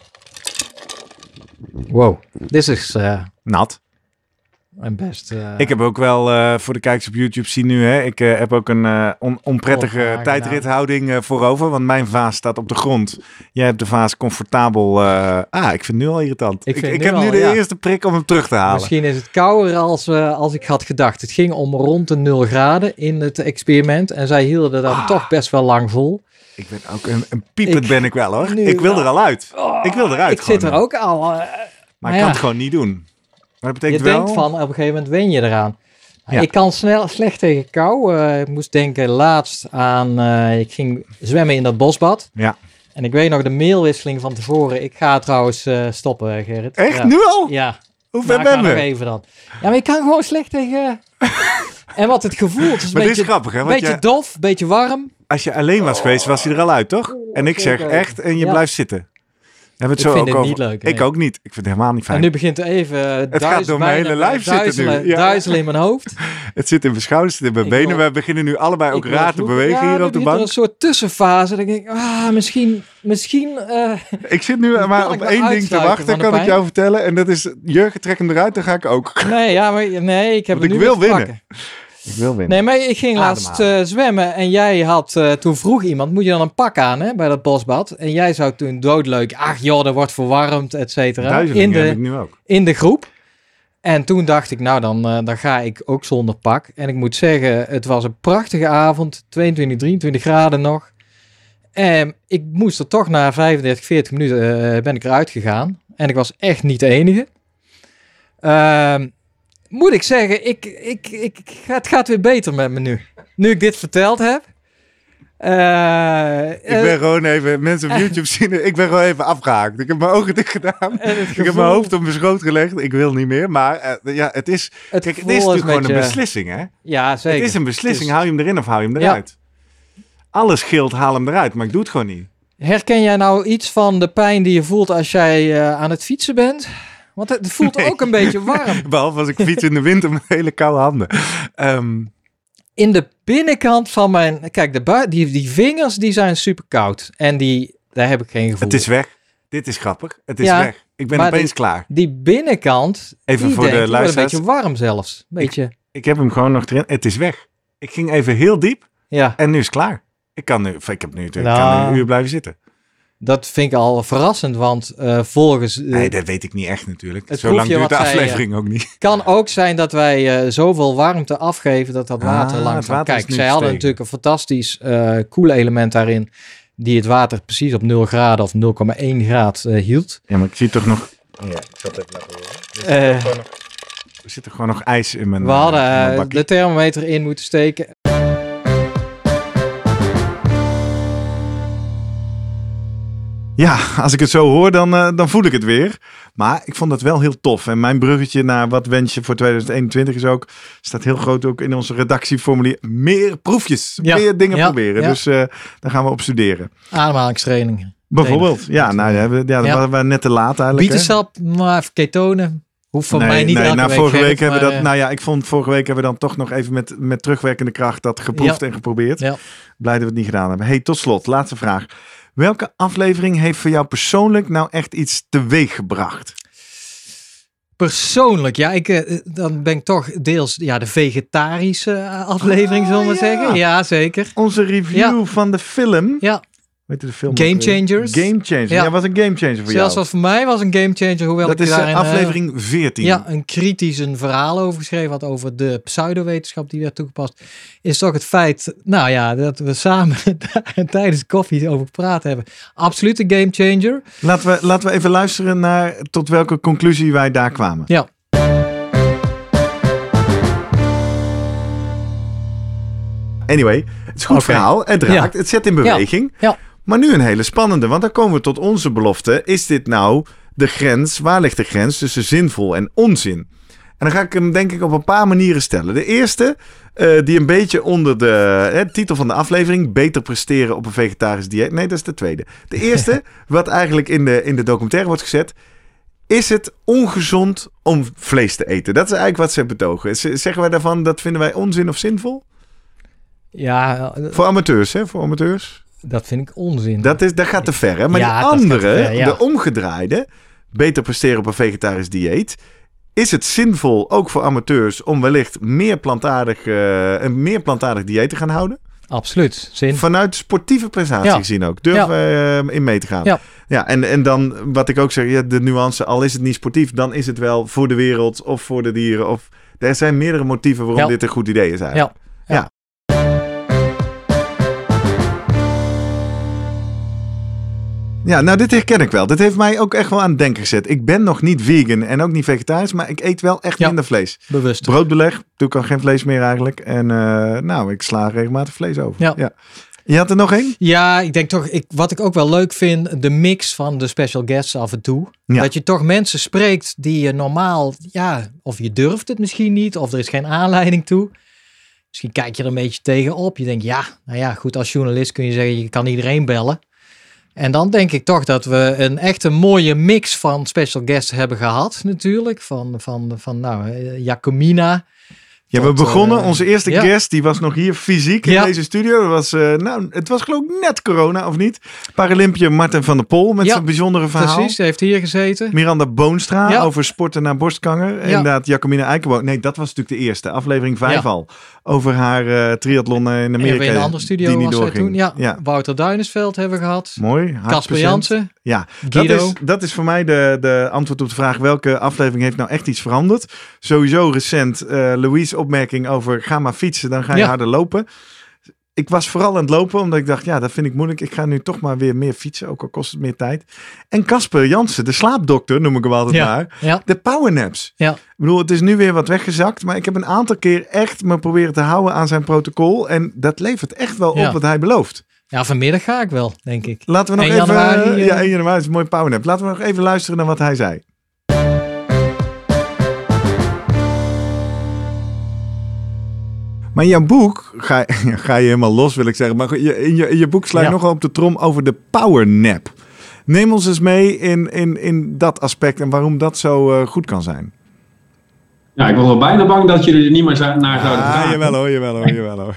Wow, dit is uh, Nat. mijn best. uh, Ik heb ook wel uh, voor de kijkers op YouTube zien nu, hè, ik uh, heb ook een uh, on- onprettige Onaangenaam. tijdrithouding uh, voorover, want mijn vaas staat op de grond. Jij hebt de vaas comfortabel. Uh, ah, ik vind het nu al irritant. Ik Ik, vind ik nu heb nu al, de ja. eerste prik om hem terug te halen. Misschien is het kouder als, uh, als ik had gedacht. Het ging om rond de nul graden in het experiment. En zij hielden dat Ah. toch best wel lang vol. Ik ben ook een, een piepend Ik- ben ik wel hoor. nu Ik wil wel. er al uit. ik wil eruit. Ik zit er gewoon. ook al. uh, Maar maar ik ja. kan het gewoon niet doen. Maar dat je betekent wel. denkt van, op een gegeven moment wen je eraan. Ja. Ik kan snel, slecht tegen kou. Uh, ik moest denken laatst aan... Uh, ik ging zwemmen in dat bosbad. Ja. En ik weet nog de mailwisseling van tevoren. Ik ga trouwens uh, stoppen, Gerrit. Echt? Ja. Nu al? Ja. Hoe ver Maar ik ga ben nog je? even dan. Ja, maar ik kan gewoon slecht tegen... en wat het gevoel... Het is een Maar dit beetje, is grappig hè? Want beetje je, dof, beetje warm. als je alleen was geweest, was hij er al uit toch? En ik zeg zeker. echt en je Ja. blijft zitten. Hebben we Ik het zo vind ook het over. niet leuk, Ik nee. ook niet. Ik vind het helemaal niet fijn. En nu begint er even uh, gaat duiz- door mijn bijna hele lijf zitten nu. duizelen, Ja. duizelen in mijn hoofd. Het zit in mijn schouders, het zit in mijn Ik benen. wil- We beginnen nu allebei ook Ik wil raar te vloeken. bewegen Ja, hier dan op de begint er bank. een soort tussenfase. Dan denk ik, ah, misschien, misschien... uh, Ik zit nu kan maar ik op wel één ding te uitsluiten wachten, van de kan ik pijn. jou vertellen. En dat is, Jurgen, trek hem eruit, dan ga ik ook. nee, ja, maar, nee, ik heb Want het ik nu wil weer te winnen. pakken. Ik wil winnen. Nee, maar ik ging laatst Ademhalen. uh, zwemmen en jij had, uh, toen vroeg iemand, moet je dan een pak aan hè, bij dat bosbad? En jij zou toen doodleuk, ach joh, dat wordt verwarmd, et cetera. In Duizelingen heb ik de, nu ook. in de groep. En toen dacht ik, nou dan, uh, dan ga ik ook zonder pak. En ik moet zeggen, het was een prachtige avond, tweeëntwintig, drieëntwintig graden nog. En ik moest er toch na vijfendertig, veertig minuten uh, ben ik eruit gegaan. En ik was echt niet de enige. Ehm moet ik zeggen, ik, ik, ik, het gaat weer beter met me nu. Nu ik dit verteld heb. Uh, Ik ben gewoon even, mensen op YouTube zien, ik ben gewoon even afgehaakt. Ik heb mijn ogen dicht gedaan. en het Ik gevoel, heb mijn hoofd op mijn schoot gelegd. Ik wil niet meer. Maar uh, ja, het is, het kijk, het gevoel is natuurlijk met gewoon een je- beslissing, hè? Ja, zeker. Het is een beslissing. Het is- Hou je hem erin of hou je hem Ja. eruit? Alles scheelt, haal hem eruit. Maar ik doe het gewoon niet. Herken jij nou iets van de pijn die je voelt als jij uh, aan het fietsen bent? Want het voelt Nee. ook een beetje warm. Behalve als ik fiets in de winter met hele koude handen. Um, In de binnenkant van mijn... Kijk, de bui- die, die vingers die zijn super koud. En die, daar heb ik geen gevoel. het is weg. Dit is grappig. Het is Ja. weg. Ik ben Maar opeens die- klaar. Die binnenkant, Even die voor de denkt, wordt een luisteraars. beetje warm zelfs. Beetje, Ik heb hem gewoon nog erin. Het is weg. Ik ging even heel diep ja. en nu is het klaar. Ik kan nu, ik heb nu, ik Nou. kan nu een uur blijven zitten. Dat vind ik al verrassend, want uh, volgens... Uh, Nee, dat weet ik niet echt natuurlijk. Het Zo lang proefje duurt de wat zij, aflevering ook niet. kan ook zijn dat wij uh, zoveel warmte afgeven dat dat water Ah, langzaam... het water is Kijk, nu zij hadden gestegen. natuurlijk een fantastisch uh, koelelement daarin, die het water precies op nul graden of nul komma één graad uh, hield. Ja, maar ik zie toch nog... Ja, ik zal het even laten horen. Er zit, Uh, gewoon nog... er zit er gewoon nog ijs in mijn we hadden uh, in mijn uh, bakkie. de thermometer in moeten steken. Ja, als ik het zo hoor, dan, uh, dan voel ik het weer. Maar ik vond het wel heel tof. En mijn bruggetje naar wat wens je voor twintig eenentwintig is ook... staat heel groot ook in onze redactieformulier. Meer proefjes, Ja, meer dingen ja, proberen. ja. Dus uh, daar gaan we op studeren. Ademhalingstraining. Bijvoorbeeld. Ja, nou, ja, we- ja, dat Ja. waren we net te laat eigenlijk. hè? Bietensap, maar even ketonen. Hoeft van nee, mij niet nee, elke nou, week. vorige Gerrit, week hebben we maar, dat. uh, Nou ja, ik vond vorige week hebben we dan toch nog even met, met terugwerkende kracht dat geproefd Ja. en geprobeerd. Ja. Blij dat we het niet gedaan hebben. Hey, tot slot, laatste vraag. Welke aflevering heeft voor jou persoonlijk nou echt iets teweeg gebracht? Persoonlijk, ja, ik, eh, dan ben ik toch deels ja, de vegetarische eh, aflevering, Oh, zullen we ja. zeggen. Ja, zeker. Onze review Ja. van de film. Ja, Weet je de film? Game ook weer? Changers. Game Changers. Ja, Ja. was een game changer voor zelfs jou. wat voor mij was een gamechanger, hoewel Dat ik is daarin uh, eh, aflevering veertien. ja, een kritisch een verhaal over geschreven had over de pseudowetenschap die werd toegepast, is toch het feit, nou ja, dat we samen daar tijdens koffie over gepraat hebben. Absoluut een gamechanger. Laten we, laten we even luisteren naar tot welke conclusie wij daar kwamen. Ja. Anyway, het is een goed Oké. verhaal. Het raakt, Ja. het zet in beweging. Ja. Maar nu een hele spannende, want dan komen we tot onze belofte. Is dit nou de grens, waar ligt de grens tussen zinvol en onzin? En dan ga ik hem denk ik op een paar manieren stellen. De eerste, uh, die een beetje onder de hè, titel van de aflevering, beter presteren op een vegetarisch dieet. Nee, dat is de tweede. De eerste, wat eigenlijk in de, in de documentaire wordt gezet. Is het ongezond om vlees te eten? Dat is eigenlijk wat ze betogen. Z- Zeggen wij daarvan, dat vinden wij onzin of zinvol? Ja, eh, Voor amateurs, hè? Voor amateurs. dat vind ik onzin. Dat, is, dat gaat te ver, hè? Maar Ja, die dat gaat te andere, ver, ja. de omgedraaide, beter presteren op een vegetarisch dieet. Is het zinvol, ook voor amateurs, om wellicht meer plantaardig, uh, een meer plantaardig dieet te gaan houden? Absoluut. Zin. Vanuit sportieve prestatie Ja. gezien ook. Durven we uh, in mee te gaan. Ja. Ja, en, en dan wat ik ook zeg, ja, de nuance, al is het niet sportief, dan is het wel voor de wereld of voor de dieren. Of, er zijn meerdere motieven waarom Ja. dit een goed idee is eigenlijk. Ja. Ja. Ja, nou dit herken ik wel. Dit heeft mij ook echt wel aan het denken gezet. Ik ben nog niet vegan en ook niet vegetarisch, maar ik eet wel echt Ja. minder vlees. Bewust. Broodbeleg, doe ik al geen vlees meer eigenlijk. En uh, nou, ik sla regelmatig vlees over. Ja. Ja. Je had er nog één? Ja, ik denk toch, ik, wat ik ook wel leuk vind, de mix van de special guests af en toe. Ja. Dat je toch mensen spreekt die je normaal, ja, of je durft het misschien niet, of er is geen aanleiding toe. Misschien kijk je er een beetje tegenop. Je denkt, ja, nou ja, goed, als journalist kun je zeggen, je kan iedereen bellen. En dan denk ik toch dat we een echt een mooie mix van special guests hebben gehad natuurlijk. Van, van, van nou, eh, Jacomina. Ja, we Tot, begonnen. uh, onze eerste ja. guest, die was nog hier fysiek in Ja. deze studio. Dat was, uh, nou, het was geloof ik net corona, of niet? Paralympiër Martin van der Pol met Ja, zijn bijzondere verhaal. Precies, hij heeft hier gezeten. Miranda Boonstra Ja. over sporten naar borstkanker. Ja. Inderdaad, Jacomina Eikenboom. Nee, dat was natuurlijk de eerste. Aflevering vijf Ja. al. Over haar uh, triathlon in En Amerika. we in een andere studio die niet was hij doorging. toen. Ja, ja. Wouter Duinesveld hebben we gehad. Mooi. Casper hartpatiënt. Jansen. Ja, dat Guido. is, dat is voor mij de, de antwoord op de vraag welke aflevering heeft nou echt iets veranderd. Sowieso recent uh, Louise opmerking over ga maar fietsen, dan ga je Ja. harder lopen. Ik was vooral aan het lopen, omdat ik dacht, ja, dat vind ik moeilijk. Ik ga nu toch maar weer meer fietsen, ook al kost het meer tijd. En Casper Jansen, de slaapdokter, noem ik hem altijd Ja. maar. Ja. De powernaps. Ja. Ik bedoel, het is nu weer wat weggezakt, maar ik heb een aantal keer echt me proberen te houden aan zijn protocol. En dat levert echt wel Ja. op wat hij belooft. Ja, vanmiddag ga ik wel, denk ik. Laten we nog één even... januari, eh, Ja, één januari is een mooi powernap. Laten we nog even luisteren naar wat hij zei. Maar in jouw boek ga, ga je helemaal los, wil ik zeggen. Maar je- in je, in je boek sla je Ja. nogal op de trom over de powernap. Neem ons eens mee in, in, in dat aspect en waarom dat zo uh, goed kan zijn. Ja, ik was al bijna bang dat jullie er niet meer zou- naar zouden Ah, vragen. jawel hoor, jawel hoor, jawel hoor.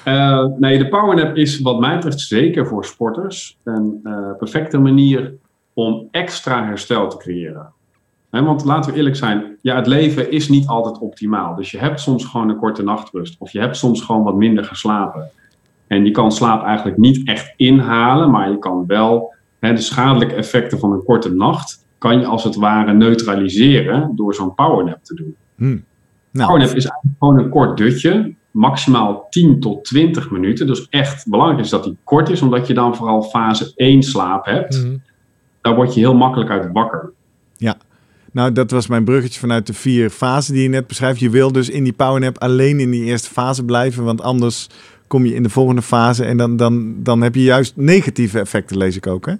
Uh, nee, de powernap is wat mij betreft zeker voor sporters een uh, perfecte manier om extra herstel te creëren. He, want laten we eerlijk zijn, ja, het leven is niet altijd optimaal. Dus je hebt soms gewoon een korte nachtrust. Of je hebt soms gewoon wat minder geslapen. En je kan slaap eigenlijk niet echt inhalen, maar je kan wel he, de schadelijke effecten van een korte nacht, kan je als het ware neutraliseren door zo'n powernap te doen. Hmm. Nou, powernap is eigenlijk gewoon een kort dutje, maximaal tien tot twintig minuten. Dus echt belangrijk is dat die kort is, omdat je dan vooral fase één slaap hebt. Mm. Daar word je heel makkelijk uit wakker. Ja, nou dat was mijn bruggetje vanuit de vier fasen die je net beschrijft. Je wil dus in die powernap alleen in die eerste fase blijven, want anders kom je in de volgende fase en dan, dan, dan heb je juist negatieve effecten, lees ik ook, hè?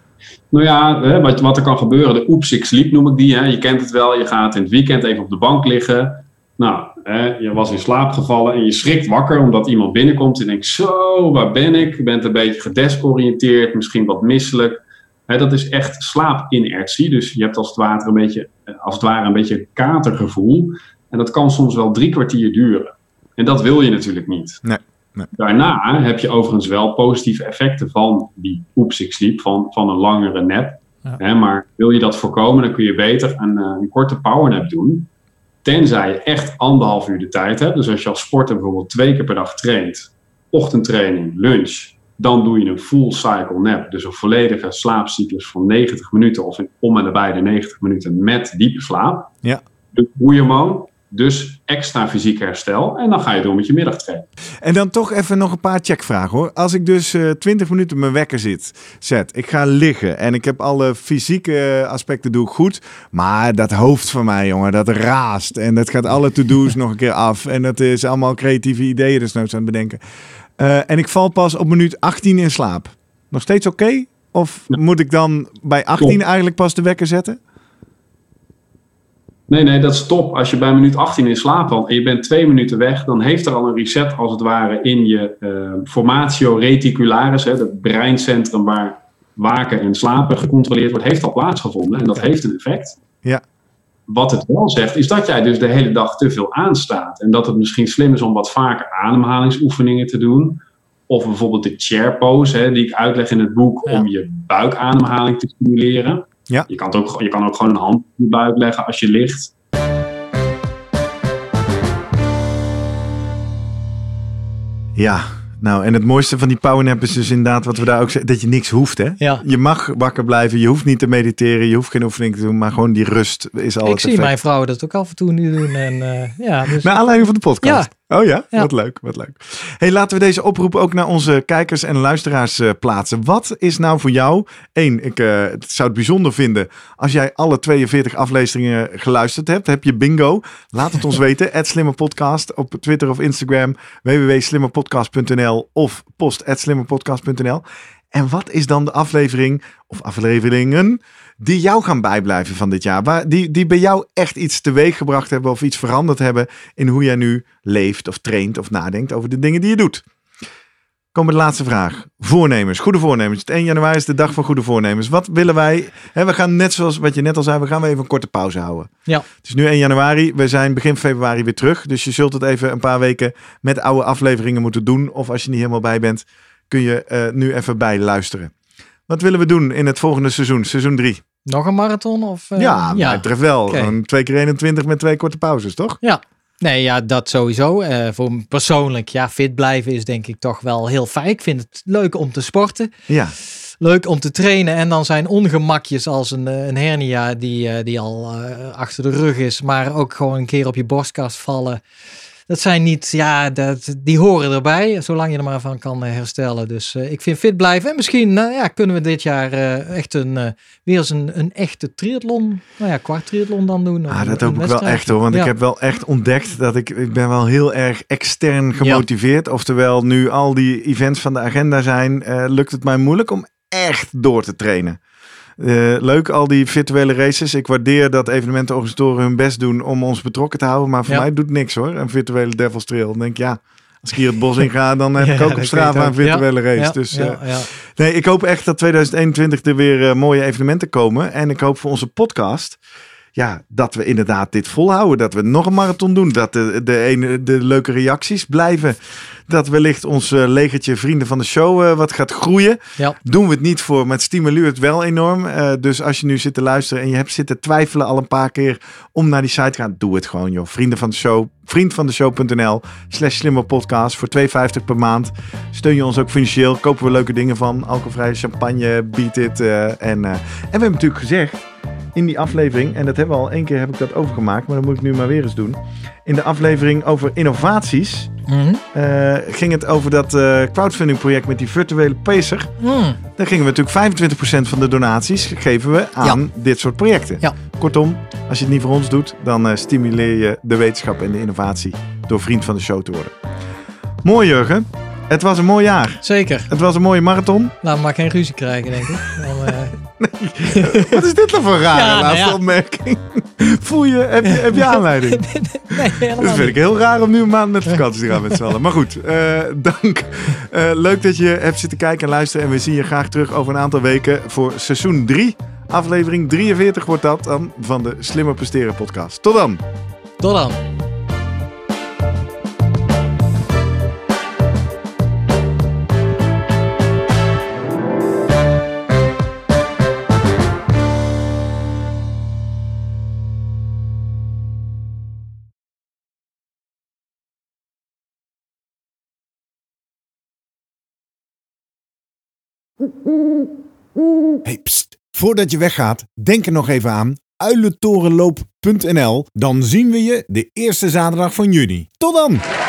Nou ja, hè, wat, wat er kan gebeuren, de oeps, ik sliep noem ik die. Hè. Je kent het wel, je gaat in het weekend even op de bank liggen. Nou, hè, je was in slaap gevallen en je schrikt wakker omdat iemand binnenkomt en denkt, zo, waar ben ik? Je bent een beetje gedesoriënteerd, misschien wat misselijk. Hè, dat is echt slaapinertie, dus je hebt als het ware een beetje, als het ware een beetje een katergevoel. En dat kan soms wel drie kwartier duren. En dat wil je natuurlijk niet. Nee. Nee. Daarna heb je overigens wel positieve effecten van die oeps, ik sliep, van, van een langere nap. Ja. Hè, maar wil je dat voorkomen, dan kun je beter een, een korte powernap doen. Tenzij je echt anderhalf uur de tijd hebt. Dus als je als sporter bijvoorbeeld twee keer per dag traint, ochtendtraining, lunch, dan doe je een full cycle nap. Dus een volledige slaapcyclus van negentig minuten of in, om en nabij de negentig minuten met diepe slaap. Ja. De groeihormoon. Dus extra fysiek herstel. En dan ga je door met je middagtraining. En dan toch even nog een paar checkvragen hoor. Als ik dus uh, twintig minuten mijn wekker zit, zet, ik ga liggen en ik heb alle fysieke aspecten doe ik goed. Maar dat hoofd van mij, jongen, dat raast. En dat gaat alle to-do's nog een keer af. En dat is allemaal creatieve ideeën dus nooit aan het bedenken. Uh, en ik val pas op minuut achttien in slaap. Nog steeds oké? Okay? Of ja. Moet ik dan bij achttien eigenlijk pas de wekker zetten? Nee, nee, dat is top. Als je bij minuut achttien in slaap valt en je bent twee minuten weg, dan heeft er al een reset als het ware in je uh, formatio reticularis, hè, het breincentrum waar waken en slapen gecontroleerd wordt, heeft al plaatsgevonden en dat heeft een effect. Ja. Wat het wel zegt, is dat jij dus de hele dag te veel aanstaat en dat het misschien slim is om wat vaker ademhalingsoefeningen te doen. Of bijvoorbeeld de chair pose, hè, die ik uitleg in het boek, ja. om je buikademhaling te stimuleren. Ja. Je kan, het ook, je kan ook gewoon een hand op je buik leggen als je ligt. Ja, nou en het mooiste van die powernap is dus inderdaad wat we daar ook zeggen, dat je niks hoeft, hè? Ja. Je mag wakker blijven, je hoeft niet te mediteren, je hoeft geen oefening te doen, maar gewoon die rust is al Ik het zie effect. mijn vrouw dat ook af en toe nu doen. En, uh, ja, dus... Naar aanleiding van de podcast? Ja. Oh ja? Ja, wat leuk, wat leuk. Hey, laten we deze oproep ook naar onze kijkers en luisteraars uh, plaatsen. Wat is nou voor jou, één, ik uh, zou het bijzonder vinden als jij alle tweeënveertig afleveringen geluisterd hebt. Heb je bingo? Laat het ons weten. at slimmerpodcast op Twitter of Instagram, w w w punt slimmerpodcast punt n l of post at slimmerpodcast punt n l. En wat is dan de aflevering of afleveringen die jou gaan bijblijven van dit jaar? Waar, die, die bij jou echt iets teweeg gebracht hebben of iets veranderd hebben in hoe jij nu leeft of traint of nadenkt over de dingen die je doet. Kom bij de laatste vraag. Voornemens, goede voornemens. Het één januari is de dag van goede voornemens. Wat willen wij? Hè, we gaan net zoals wat je net al zei, we gaan even een korte pauze houden. Ja. Het is nu één januari. We zijn begin februari weer terug. Dus je zult het even een paar weken met oude afleveringen moeten doen. Of als je niet helemaal bij bent, kun je uh, nu even bij luisteren. Wat willen we doen in het volgende seizoen? Seizoen drie. Nog een marathon? Of, uh, ja, ja, mij betreft wel. Okay. Gewoon twee keer eenentwintig met twee korte pauzes, toch? Ja. Nee, ja, dat sowieso. Uh, voor me persoonlijk, ja, fit blijven is denk ik toch wel heel fijn. Ik vind het leuk om te sporten. Ja. Leuk om te trainen. En dan zijn ongemakjes als een, een hernia die, uh, die al uh, achter de rug is. Maar ook gewoon een keer op je borstkast vallen. Dat zijn niet, ja, dat, die horen erbij. Zolang je er maar van kan herstellen. Dus uh, ik vind fit blijven. En misschien uh, ja, kunnen we dit jaar uh, echt een, uh, weer eens een, een echte triathlon. Nou ja, kwart triathlon dan doen. Ah, dat hoop ik wel echt hoor. Want ja. ik heb wel echt ontdekt dat ik, ik ben wel heel erg extern gemotiveerd. Ja. Oftewel, nu al die events van de agenda zijn, uh, lukt het mij moeilijk om echt door te trainen. Uh, leuk, al die virtuele races. Ik waardeer dat evenementenorganisatoren hun best doen om ons betrokken te houden. Maar voor ja. mij doet niks hoor. Een virtuele Devil's Trail. Dan denk ik, ja, als ik hier het bos in ga, dan heb ja, ik ook op Strava een virtuele ja, race. Ja, dus, uh, ja, ja. Nee, ik hoop echt dat tweeduizend eenentwintig er weer uh, mooie evenementen komen. En ik hoop voor onze podcast, ja, dat we inderdaad dit volhouden. Dat we nog een marathon doen. Dat de, de, ene, de leuke reacties blijven. Dat wellicht ons uh, legertje vrienden van de show uh, wat gaat groeien. Ja. Doen we het niet voor, maar het stimuleert het wel enorm. Uh, dus als je nu zit te luisteren en je hebt zitten twijfelen al een paar keer om naar die site te gaan, doe het gewoon joh. Vrienden van de show, vriendvandeshow.nl slash slimmer podcast voor twee vijftig per maand. Steun je ons ook financieel. Kopen we leuke dingen van. Alcoholvrije champagne, Beat It. Uh, en, uh, en we hebben natuurlijk gezegd in die aflevering, en dat hebben we al één keer heb ik dat overgemaakt, maar dat moet ik nu maar weer eens doen. In de aflevering over innovaties mm-hmm. uh, ging het over dat uh, crowdfunding project met die virtuele pacer. Mm. Dan gingen we natuurlijk vijfentwintig procent van de donaties geven we aan ja. dit soort projecten. Ja. Kortom, als je het niet voor ons doet, dan uh, stimuleer je de wetenschap en de innovatie door vriend van de show te worden. Mooi Jurgen. Het was een mooi jaar. Zeker. Het was een mooie marathon. Laat me maar geen ruzie krijgen, denk ik. Dan, uh... nee. Wat is dit dan voor een rare ja, laatste nou ja. opmerking? Voel je, heb je, heb je aanleiding? Nee, helemaal Dat vind ik heel raar om nu een maand met vakantie te gaan met z'n allen. Maar goed, uh, dank. Uh, leuk dat je hebt zitten kijken en luisteren. En we zien je graag terug over een aantal weken voor seizoen drie. Aflevering drieënveertig wordt dat dan van de Slimmer Presteren podcast. Tot dan. Tot dan. Hey, pst. Voordat je weggaat, denk er nog even aan uilentorenloop punt n l. Dan zien we je de eerste zaterdag van juni. Tot dan!